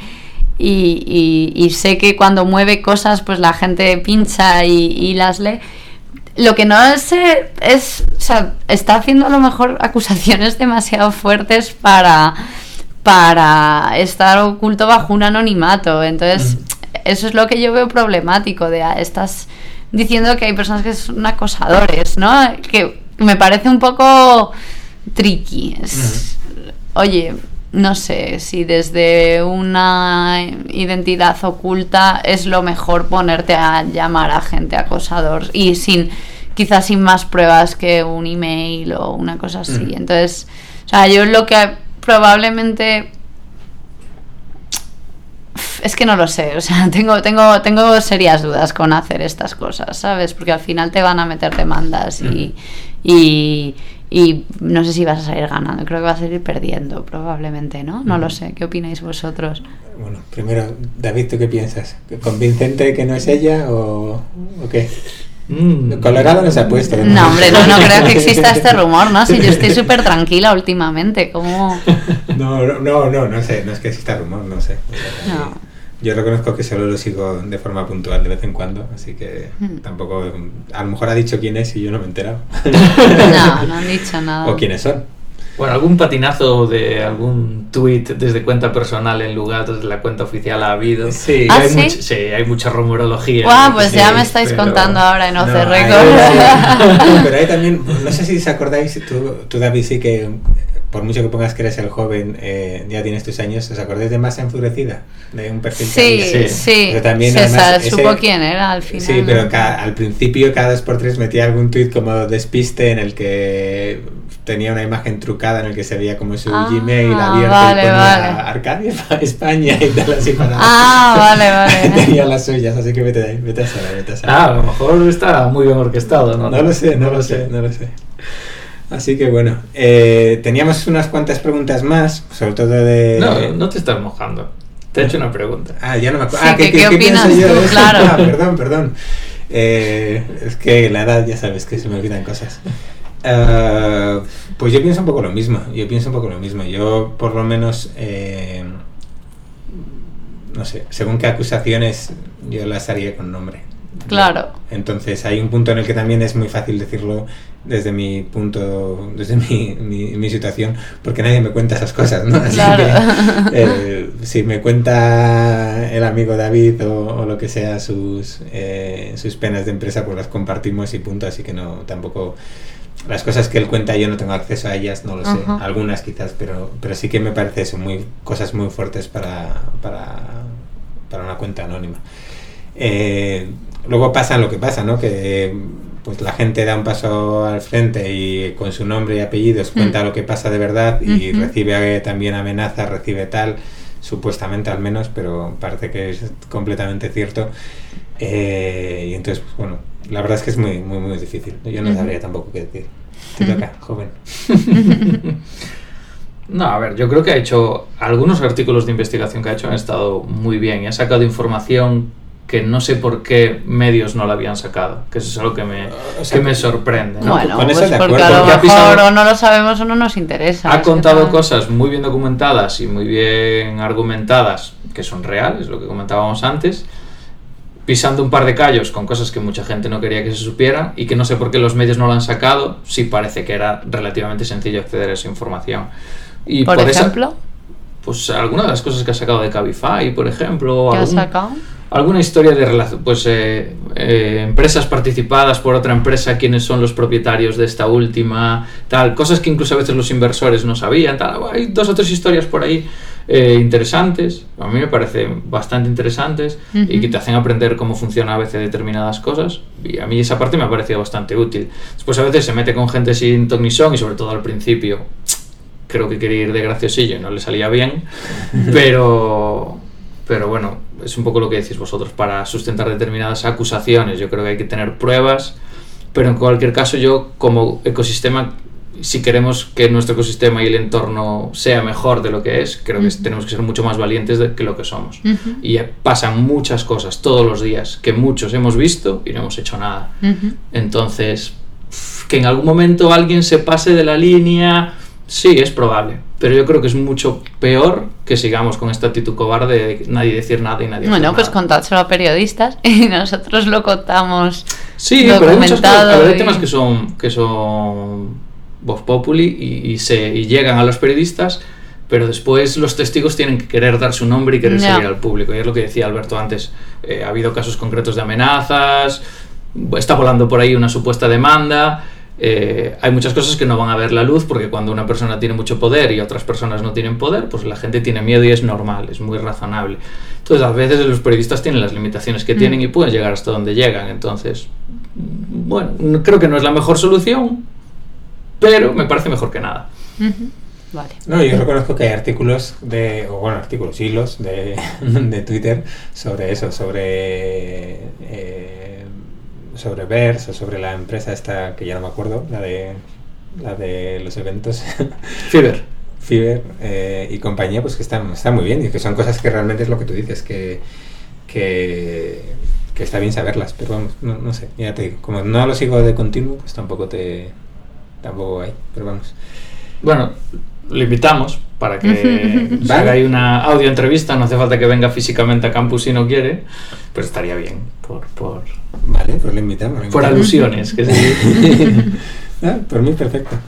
y, y, y sé que cuando mueve cosas pues la gente pincha y, y las lee. Lo que no sé es, o sea, está haciendo a lo mejor acusaciones demasiado fuertes para, para estar oculto bajo un anonimato, entonces mm. eso es lo que yo veo problemático de estas... diciendo que hay personas que son acosadores, ¿no? Que me parece un poco tricky. Es, uh-huh. Oye, no sé si desde una identidad oculta es lo mejor ponerte a llamar a gente acosador y sin, quizás sin más pruebas que un email o una cosa así. Uh-huh. Entonces, o sea, yo lo que probablemente... Es que no lo sé, o sea, tengo, tengo, tengo serias dudas con hacer estas cosas, ¿sabes? Porque al final te van a meter demandas y, y, y no sé si vas a salir ganando, creo que vas a salir perdiendo, probablemente, ¿no? No lo sé, ¿qué opináis vosotros?
Bueno, primero, David, ¿tú qué piensas? ¿Convincente que no es ella o, o qué? Mm. Colorado no se ha puesto.
No, no hombre, no, no creo que exista este rumor, ¿no? Si yo estoy súper tranquila últimamente, ¿cómo...?
No, no, no, no sé, no es que exista rumor, no sé. No. Yo reconozco que solo lo sigo de forma puntual de vez en cuando, así que hmm. tampoco... A lo mejor ha dicho quién es y yo no me he enterado.
No, no han dicho nada.
O quiénes son.
Bueno, algún patinazo de algún tweet desde cuenta personal en lugar de la cuenta oficial ha habido.
Sí,
¿Ah,
hay,
sí?
Much, sí hay mucha rumorología.
Guau, pues
sí,
ya me estáis
pero...
contando ahora en O C
no,
Record.
Hay, pero hay también, no sé si os acordáis, tú, tú David, sí que por mucho que pongas que eres el joven, eh, ya tienes tus años, ¿os acordáis de Masa Enfurecida? De un perfil
sí, sí, sí.
Pero también,
César
además,
supo
ese,
quién era al final.
Sí, pero ca, al principio cada dos por tres metía algún tuit como despiste en el que tenía una imagen trucada en el que se veía como su ah, Gmail abierto
vale,
y ponía
vale.
Arcadia España y tal así para...
Ah, vale, vale.
Tenía las suyas, así que vete de ahí, vete a saber, vete a saber.
Ah, a lo mejor está muy bien orquestado, ¿no?
No lo sé, no lo sé, no lo sé. Así que bueno, eh, teníamos unas cuantas preguntas más, sobre todo de...
No, no te estás mojando. Te he hecho una pregunta.
Ah, ya no me acuerdo.
Sí,
ah, ¿qué,
¿qué,
qué,
¿qué opinas
¿qué pienso yo
tú?
de eso?
Claro.
Ah, perdón, perdón. Eh, es que la edad, ya sabes, que se me olvidan cosas. Uh, pues yo pienso un poco lo mismo. Yo pienso un poco lo mismo. Yo, por lo menos, eh, no sé, según qué acusaciones, yo las haría con nombre.
Claro.
Entonces hay un punto en el que también es muy fácil decirlo desde mi punto, desde mi, mi, mi situación, porque nadie me cuenta esas cosas, ¿no? Así
claro.
que eh, si me cuenta el amigo David o, o lo que sea sus, eh, sus penas de empresa, pues las compartimos y punto, así que no, tampoco... Las cosas que él cuenta yo no tengo acceso a ellas, no lo sé, uh-huh. Algunas quizás, pero, pero sí que me parece eso, muy, cosas muy fuertes para, para, para una cuenta anónima. Eh, luego pasa lo que pasa, ¿no? Que pues la gente da un paso al frente y con su nombre y apellidos cuenta mm. lo que pasa de verdad y uh-huh. recibe también amenazas, recibe tal, supuestamente al menos, pero parece que es completamente cierto. Eh, y entonces, pues, bueno, la verdad es que es muy, muy, muy difícil. Yo no sabría tampoco qué decir. Te toca, joven.
No, a ver, yo creo que ha hecho algunos artículos de investigación que ha hecho han estado muy bien y ha sacado información que no sé por qué medios no la habían sacado, que eso es algo que me,
o sea,
que me sorprende, ¿no?
Bueno,
con eso
pues
de
porque
acuerdo.
a lo
Porque ha
mejor
pisado-
o no lo sabemos o no nos interesa.
Ha
es que
contado
tal.
cosas muy bien documentadas y muy bien argumentadas, que son reales, lo que comentábamos antes, pisando un par de callos con cosas que mucha gente no quería que se supieran y que no sé por qué los medios no lo han sacado, sí parece que era relativamente sencillo acceder a esa información. Y
Por,
esa-
ejemplo,
pues algunas de las cosas que ha sacado de Cabify, por ejemplo,
¿qué ha
algún-
sacado?
alguna historia de relación, pues eh, eh, empresas participadas por otra empresa, quiénes son los propietarios de esta última, tal, cosas que incluso a veces los inversores no sabían, tal. Hay dos o tres historias por ahí eh, interesantes, a mí me parecen bastante interesantes
Ujú.
y que te hacen aprender cómo funciona a veces determinadas cosas, y a mí esa parte me ha parecido bastante útil. Después a veces se mete con gente sin ton ni son y sobre todo al principio creo que quería ir de graciosillo y no le salía bien, pero pero bueno, es un poco lo que decís vosotros, para sustentar determinadas acusaciones yo creo que hay que tener pruebas, pero en cualquier caso yo como ecosistema, si queremos que nuestro ecosistema y el entorno sea mejor de lo que es, creo que
Ujú.
tenemos que ser mucho más valientes de que lo que somos.
Ujú.
Y pasan muchas cosas todos los días que muchos hemos visto y no hemos hecho nada.
Ujú.
Entonces, que en algún momento alguien se pase de la línea, sí, es probable, pero yo creo que es mucho peor que sigamos con esta actitud cobarde de nadie decir nada y nadie
Bueno,
hacer
pues
nada.
contádselo a periodistas y nosotros lo contamos.
Sí, pero hay muchas cosas, a ver, hay
y-
temas que son que son vox populi y, y se y llegan a los periodistas, pero después los testigos tienen que querer dar su nombre y querer
Ya.
salir al público. Y es lo que decía Alberto antes, eh, ha habido casos concretos de amenazas, está volando por ahí una supuesta demanda. Eh, hay muchas cosas que no van a ver la luz porque cuando una persona tiene mucho poder y otras personas no tienen poder, pues la gente tiene miedo y es normal, es muy razonable. Entonces a veces los periodistas tienen las limitaciones que
Mm.
tienen y pueden llegar hasta donde llegan. Entonces, bueno, no- creo que no es la mejor solución, pero me parece mejor que nada.
Ujú. Vale.
No, yo reconozco que hay artículos de, o bueno, artículos, hilos de, de Twitter sobre eso, sobre eh, sobre Verse o sobre la empresa esta que ya no me acuerdo, la de la de los eventos,
Fiverr.
Fiverr eh, y compañía, pues que están, están muy bien y que son cosas que realmente es lo que tú dices, que que, que está bien saberlas, pero vamos, no, no sé, ya te digo, como no lo sigo de continuo, pues tampoco te tampoco hay, pero vamos.
Bueno, le invitamos para que se
Vale.
haga ahí una audio entrevista, no hace falta que venga físicamente a campus si no quiere, pero estaría bien por, por,
Vale, pues lo invitamos. Lo
por
invitamos.
alusiones. Que sí.
Ah, por mí, perfecto.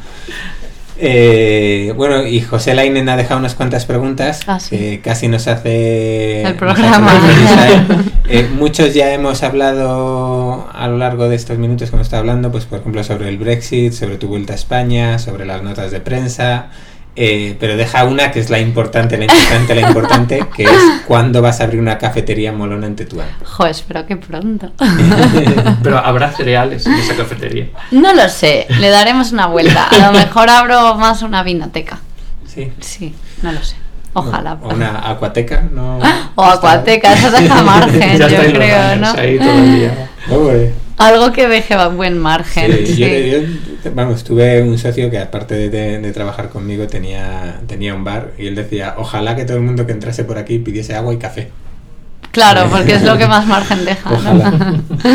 Eh, bueno, y José Lainen ha dejado unas cuantas preguntas
Ah, sí.
que casi nos hace
El
nos
programa.
hace una entrevista, ¿eh? Eh, muchos ya hemos hablado a lo largo de estos minutos que hemos estado hablando, pues por ejemplo sobre el Brexit, sobre tu vuelta a España, sobre las notas de prensa, eh, pero deja una que es la importante, la importante, la importante, que es cuándo vas a abrir una cafetería molona en Tetuán.
Jo, espero que pronto.
Pero habrá cereales en esa cafetería.
No lo sé, le daremos una vuelta. A lo mejor abro más una vinoteca.
Sí.
Sí, no lo sé. Ojalá.
O una acuateca, ¿no?
O acuateca, eso deja margen,
Ya
yo
estáis los
creo,
años
¿no?
ahí todo el día.
Hombre.
Algo que deje buen margen.
Sí,
Sí.
Yo, yo, vamos, tuve un socio que aparte de, de, de trabajar conmigo tenía, tenía un bar y él decía, ojalá que todo el mundo que entrase por aquí pidiese agua y café.
Claro, porque es lo que más margen deja, ¿no?
Ojalá.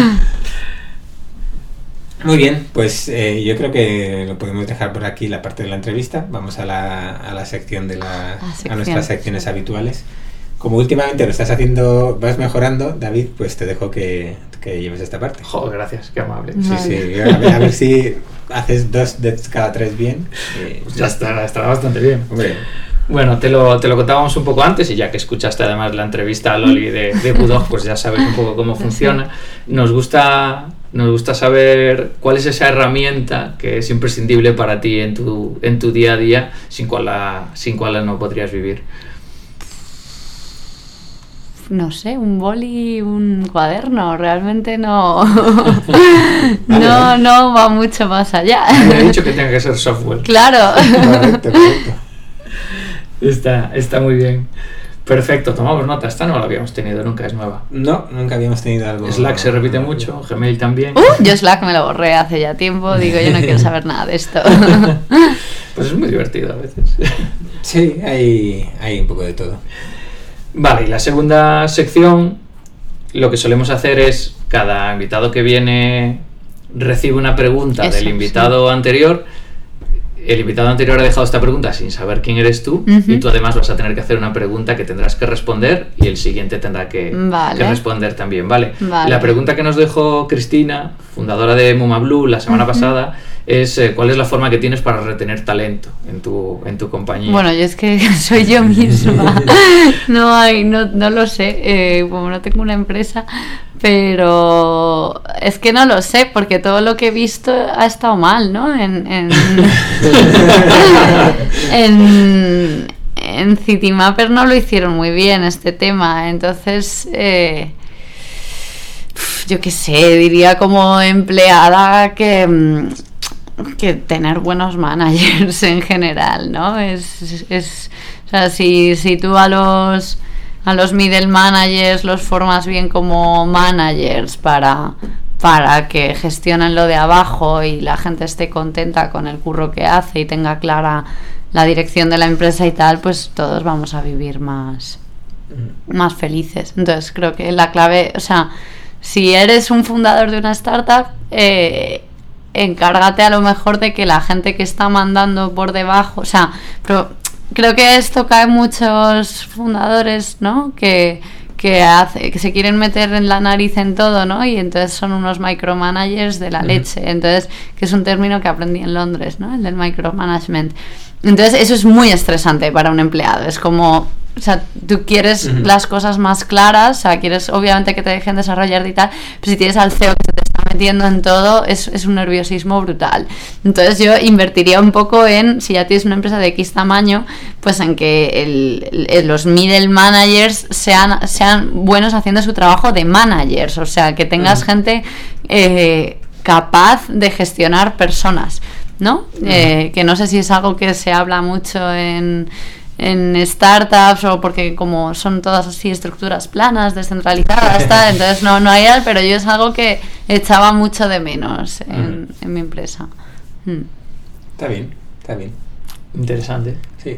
Muy bien, pues eh, yo creo que lo podemos dejar por aquí la parte de la entrevista. Vamos a la, a la sección de la,
sección.
a nuestras secciones habituales. Como últimamente lo estás haciendo, vas mejorando, David, pues te dejo que, que lleves esta parte.
Joder, gracias, qué amable.
Sí,
Vale.
sí, a ver, a ver si haces dos de cada tres bien. Eh,
Pues ya estará, estará bastante bien.
Hombre,
Bueno, te lo, te lo contábamos un poco antes y ya que escuchaste además la entrevista a Loli de, de Budog, pues ya sabes un poco cómo funciona. Nos gusta, nos gusta saber cuál es esa herramienta que es imprescindible para ti en tu, en tu día a día, sin cual, la, sin cual no podrías vivir.
No sé, un boli, un cuaderno, realmente no. No, no va mucho más allá.
Me he dicho que tenga que ser software.
Claro.
correcto, correcto.
Está, está muy bien. Perfecto, tomamos nota. Esta no la habíamos tenido nunca, es nueva.
No, nunca habíamos tenido algo.
Slack se repite mucho, Gmail también.
Uh, yo Slack me lo borré hace ya tiempo, digo, yo no quiero saber nada de esto.
Pues es muy divertido a veces.
Sí, hay, hay un poco de todo.
Vale, y la segunda sección, lo que solemos hacer es, cada invitado que viene recibe una pregunta
Eso,
del invitado sí. anterior. El invitado anterior ha dejado esta pregunta sin saber quién eres tú, uh-huh. y tú además vas a tener que hacer una pregunta que tendrás que responder y el siguiente tendrá que, vale. que responder también, ¿vale? Vale. La pregunta que nos dejó Cristina, fundadora de MumaBlue, la semana uh-huh. pasada, es eh, ¿cuál es la forma que tienes para retener talento en tu, en tu compañía?
Bueno, yo es que soy yo misma, no hay, no, no lo sé, eh, como no tengo una empresa, pero es que no lo sé, porque todo lo que he visto ha estado mal, ¿no? En, en, en, en Citymapper no lo hicieron muy bien este tema, entonces... Eh, yo qué sé, diría como empleada que... que tener buenos managers en general, ¿no? Es, es, es o sea, si, si tú a los a los middle managers los formas bien como managers para para que gestionen lo de abajo y la gente esté contenta con el curro que hace y tenga clara la dirección de la empresa y tal, pues todos vamos a vivir más más felices. Entonces creo que la clave, o sea, si eres un fundador de una startup, eh encárgate a lo mejor de que la gente que está mandando por debajo, o sea, pero creo que esto cae en muchos fundadores, ¿no? Que, que, hace, que se quieren meter en la nariz en todo, ¿no? Y entonces son unos micromanagers de la uh-huh. leche. Entonces, que es un término que aprendí en Londres, ¿no? El del micromanagement. Entonces, eso es muy estresante para un empleado. Es como... O sea, tú quieres uh-huh. las cosas más claras, o sea, quieres obviamente que te dejen desarrollar y tal, pero si tienes al C E O que se te está metiendo en todo, es, es un nerviosismo brutal. Entonces yo invertiría un poco en, si ya tienes una empresa de X tamaño, pues en que el, el, los middle managers sean, sean buenos haciendo su trabajo de managers, o sea, que tengas uh-huh. gente eh, capaz de gestionar personas, ¿no? Uh-huh. Eh, que no sé si es algo que se habla mucho en... en startups o porque como son todas así estructuras planas, descentralizadas, tal, entonces no, no hay, pero yo es algo que echaba mucho de menos en, uh-huh. en mi empresa. Hmm.
Está bien, está bien.
Interesante.
Sí.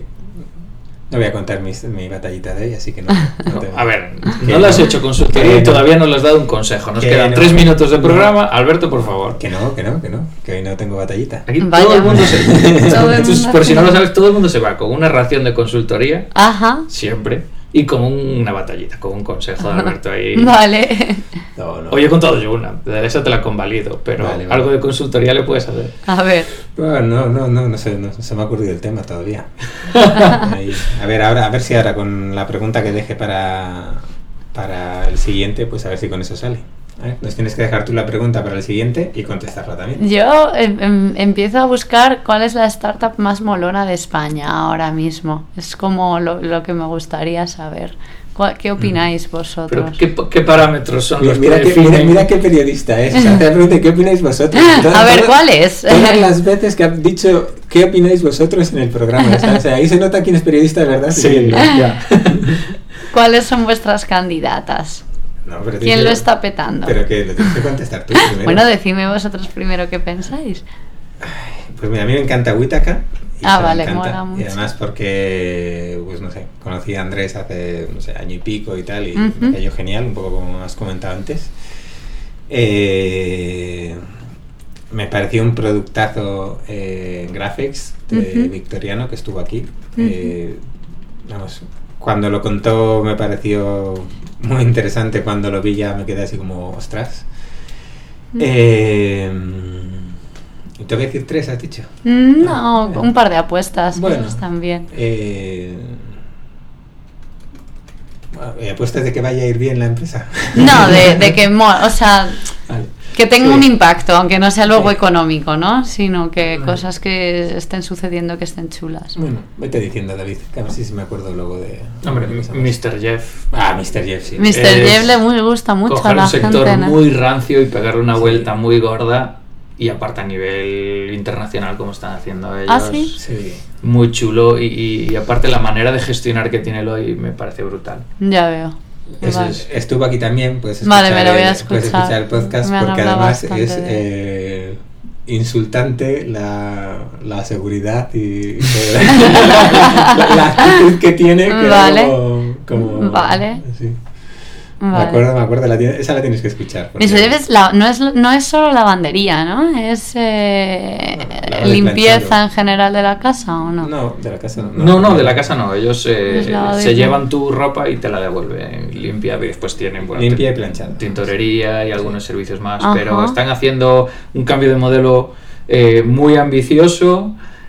No voy a contar mis, mi batallita de hoy, así que no. no te...
A ver, no lo has hecho consultoría y todavía no le has dado un consejo. Nos quedan no, tres minutos de programa. No. Alberto, por favor.
Que no, que no, que no. Que hoy no tengo batallita.
Aquí Vaya. todo el mundo se todo el mundo por si no lo sabes, todo el mundo se va con una ración de consultoría. Ajá. Siempre. Y con una batallita, con un consejo de Alberto ahí.
Vale.
No, no. Oye, he contado yo una, esa te la convalido, pero vale, vale. algo de consultoría le puedes hacer.
A ver.
Bueno, no, no, no, no sé, no, no se me ha ocurrido el tema todavía. Ahí. A ver, ahora, a ver si ahora con la pregunta que deje para, para el siguiente, pues a ver si con eso sale. A ver, nos tienes que dejar tú la pregunta para el siguiente y contestarla también.
Yo em, em, empiezo a buscar cuál es la startup más molona de España ahora mismo. Es como lo, lo que me gustaría saber. ¿Qué opináis vosotros?
¿Pero qué, qué parámetros son
mira,
los
mira
que
que, mira, mira qué periodista es. O sea, te pregunto, ¿qué opináis vosotros? Todas,
a ver,
todas,
¿cuál es?
Todas las veces que han dicho ¿qué opináis vosotros en el programa? O sea, o sea ahí se nota quién es periodista de verdad.
Sí, ya.
¿Cuáles son vuestras candidatas?
No, pero
¿Quién lo está petando?
Pero que lo tienes que contestar tú primero.
Bueno, decidme vosotros primero qué pensáis.
Pues mira, a mí me encanta Whittaker.
Ah, vale, mola mucho.
Y además porque, pues no sé, conocí a Andrés hace, no sé, año y pico y tal, y uh-huh. me cayó genial, un poco como has comentado antes. Eh, me pareció un productazo en eh, graphics de uh-huh. Victoriano, que estuvo aquí. Uh-huh. Eh, vamos, cuando lo contó me pareció muy interesante, cuando lo vi ya me quedé así como, ostras. Uh-huh. Eh, ¿Tengo que decir tres, has dicho?
No, ah, un par de apuestas,
bueno,
pues también.
Eh, bueno, ¿apuestas de que vaya a ir bien la empresa?
No, de, de que, o sea, vale. que tenga sí. un impacto, aunque no sea luego sí. económico, ¿no? Sino que vale. cosas que estén sucediendo que estén chulas.
Bueno, vete diciendo, David, que a ver si me acuerdo luego de...
Hombre, mister Jeff.
Ah, mister Jeff, sí.
mister Jeff le muy, gusta mucho a la gente.
Coger un sector
¿no?
muy rancio y pegarle una vuelta sí. muy gorda. Y aparte a nivel internacional, como están haciendo ellos.
¿Ah, sí?
Sí.
muy chulo y, y aparte la manera de gestionar que tiene Eloy me parece brutal.
Ya veo.
Es,
Vale.
es, estuvo aquí también, puedes escuchar,
Vale, me lo voy a
el,
escuchar.
puedes escuchar el podcast
Me han
porque
hablado
además
bastante
es
de-
eh, insultante la, la seguridad y, y la, la, la actitud que tiene, que
Vale.
era como, como
Vale.
sí.
Vale.
Me acuerdo, me acuerdo, la tiene- esa la tienes que escuchar. porque-
Eso debes la- no, es, no es solo lavandería, ¿no? Es eh,
Lavado y
limpieza
planchado.
en general de la casa, ¿o no?
No, de la casa no.
No, no, de la casa no. Ellos eh,
Es lavado y
se
plan-
llevan tu ropa y te la devuelven limpia y después tienen bueno,
Limpia y
ti-
planchada.
tintorería y algunos servicios más.
Ajá.
Pero están haciendo un cambio de modelo eh, muy ambicioso.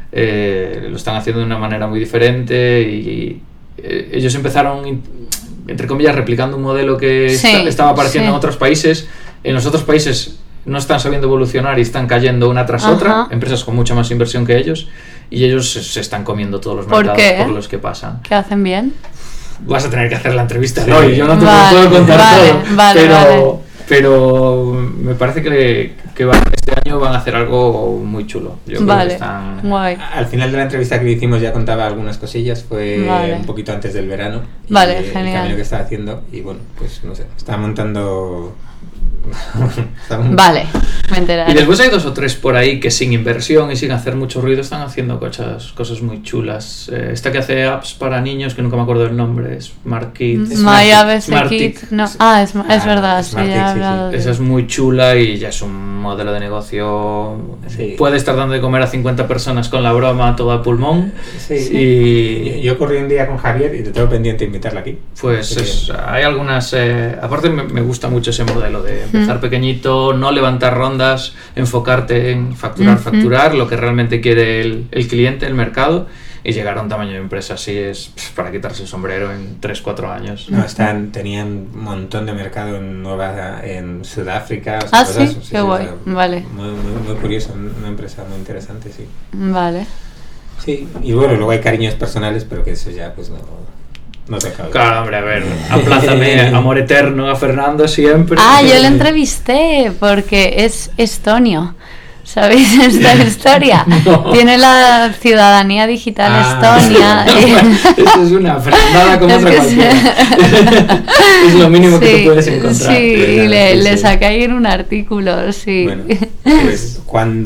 eh, lo están haciendo de una manera muy diferente y eh, ellos empezaron, in- entre comillas, replicando un modelo que
Sí,
esta- estaba apareciendo
sí.
en otros países. En los otros países no están sabiendo evolucionar y están cayendo una tras
Ajá.
otra, empresas con mucha más inversión que ellos, y ellos se, se están comiendo todos los
¿Por
mercados
qué?
por los que pasan.
¿Qué hacen bien?
Vas a tener que hacer la entrevista
Sí.
hoy, yo no te lo
Vale,
puedo contar
vale,
todo,
vale,
pero,
vale.
pero me parece que, que van- este año van a hacer algo muy chulo. Yo creo
Vale,
que están...
guay.
Al final de la entrevista que le hicimos ya contaba algunas cosillas, fue
Vale.
un poquito antes del verano. y
Vale,
el
genial.
camino que estaba haciendo y bueno, pues no sé, estaba montando... estaba mon-
Vale, me enteraré.
Y después hay dos o tres por ahí que sin inversión y sin hacer mucho ruido están haciendo cosas, cosas muy chulas. Eh, esta que hace apps para niños, que nunca me acuerdo del nombre, Smart Kids.
My A B C
Smartic.
Kit. No. Ah, es, es
Ah,
verdad, sí,
Smartic,
ya he
sí, sí.
hablado de-
Esa es muy chula y ya es un modelo de negocio.
Sí.
Puede estar dando de comer a cincuenta personas con la broma todo a pulmón.
Sí.
Y
Yo corrí un día con Javier y te tengo pendiente invitarla aquí.
pues
Así que-
es- hay algunas... eh, aparte me, me gusta mucho ese modelo de empezar
Mm.
pequeñito, no levantar rondas, enfocarte en facturar,
Ujú.
facturar, lo que realmente quiere el, el cliente, el mercado, y llegar a un tamaño de empresa así es pff, para quitarse el sombrero en tres cuatro años.
No, están, tenían un montón de mercado en Nueva, en Sudáfrica. o sea,
Ah,
cosas-
sí, qué guay. Vale.
Muy, muy, muy curioso, una empresa muy interesante, sí.
Vale.
Sí, y bueno, luego hay cariños personales, pero que eso ya pues no, no toca. hablar.
Claro, hombre, a ver, aplázame amor eterno a Fernando siempre.
Ah, yo le entrevisté porque es estonio. ¿Sabéis esta historia?
No.
Tiene la ciudadanía digital
Ah,
estonia.
Eso es una frenada como
Es
otra
que
cualquiera. Es lo mínimo que
Sí,
te puedes encontrar.
Sí, y le,
Sí,
le
sí.
saqué ahí en un artículo, sí.
Bueno, pues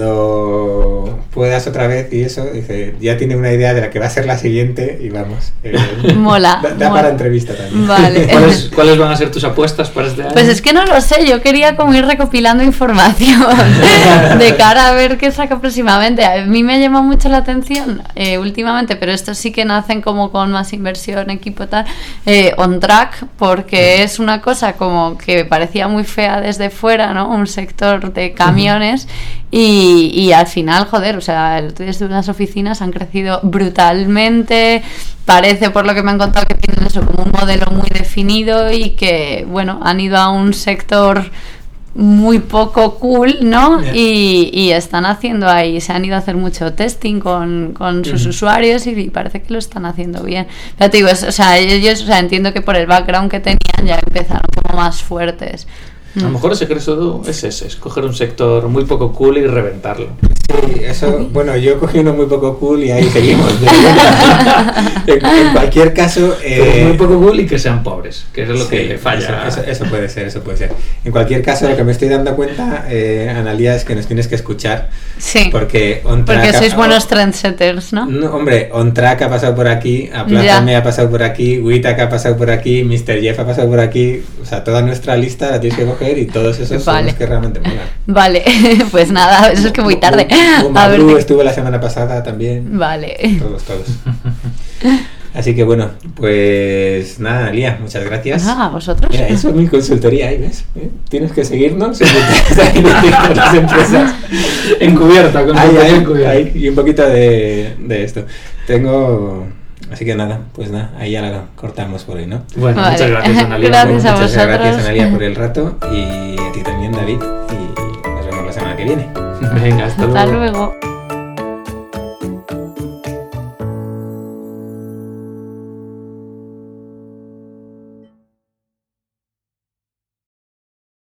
cuando puedas otra vez y eso, dice, ya tiene una idea de la que va a ser la siguiente y vamos. eh,
Mola,
Da, da
mola.
para entrevista también.
Vale.
¿Cuáles, ¿Cuáles van a ser tus apuestas para este año?
Pues es que no lo sé, yo quería como ir recopilando información de cara a ver qué saca próximamente. A mí me llama mucho la atención eh, últimamente, pero estos sí que nacen como con más inversión, equipo tal, eh, On Track, porque es una cosa como que parecía muy fea desde fuera, ¿no? Un sector de camiones y, y al final, joder, o sea, el otro día estuve en las oficinas, han crecido brutalmente, parece por lo que me han contado que tienen eso como un modelo muy definido y que, bueno, han ido a un sector muy poco cool, ¿no?
Yeah.
Y, y están haciendo ahí, se han ido a hacer mucho testing con, con sus
Ujú.
usuarios y, y parece que lo están haciendo bien. Pero te digo, es- o sea, ellos, o sea, entiendo que por el background que tenían ya empezaron como más fuertes.
A lo mejor ese secreto es ese, es coger un sector muy poco cool y reventarlo.
Sí, eso, bueno, yo cogí uno muy poco cool y ahí seguimos. Pero bueno, en, en cualquier caso...
Pero
eh,
muy poco cool y que sean pobres, que es lo que
sí,
le falla.
Eso, eso- eso puede ser, eso puede ser. En cualquier caso, lo que me estoy dando cuenta, eh, Analia, es que nos tienes que escuchar.
Sí,
Porque On Track
porque
ha-
sois buenos trendsetters, ¿no?
No, hombre, On Track ha pasado por aquí, Aplázame ha pasado por aquí, Witak ha pasado por aquí, mister Jeff ha pasado por aquí. O sea, toda nuestra lista la tienes que coger y todos esos son
Vale.
los que realmente molan.
Vale, pues nada, eso es que muy tarde.
Buma
A ver,
Blue
de-
estuvo la semana pasada también.
Vale.
Todos, todos. Así que bueno, pues nada, Lía, muchas gracias.
Ah, vosotros.
Mira, eso es mi consultoría, ahí ves. ¿Eh? Tienes que seguirnos en las empresas.
Encubierta, con
Ahí,
consultoría
ahí,
encubierta.
ahí, y un poquito de, de esto. Tengo. Así que nada, pues nada, ahí ya la cortamos por hoy, ¿no?
Bueno,
Vale.
muchas gracias, Analia.
Gracias a
Muchas
vosotros.
gracias, Analia, por el rato y a ti también, David. Y nos vemos la semana que viene.
Venga, hasta
Hasta
luego.
luego.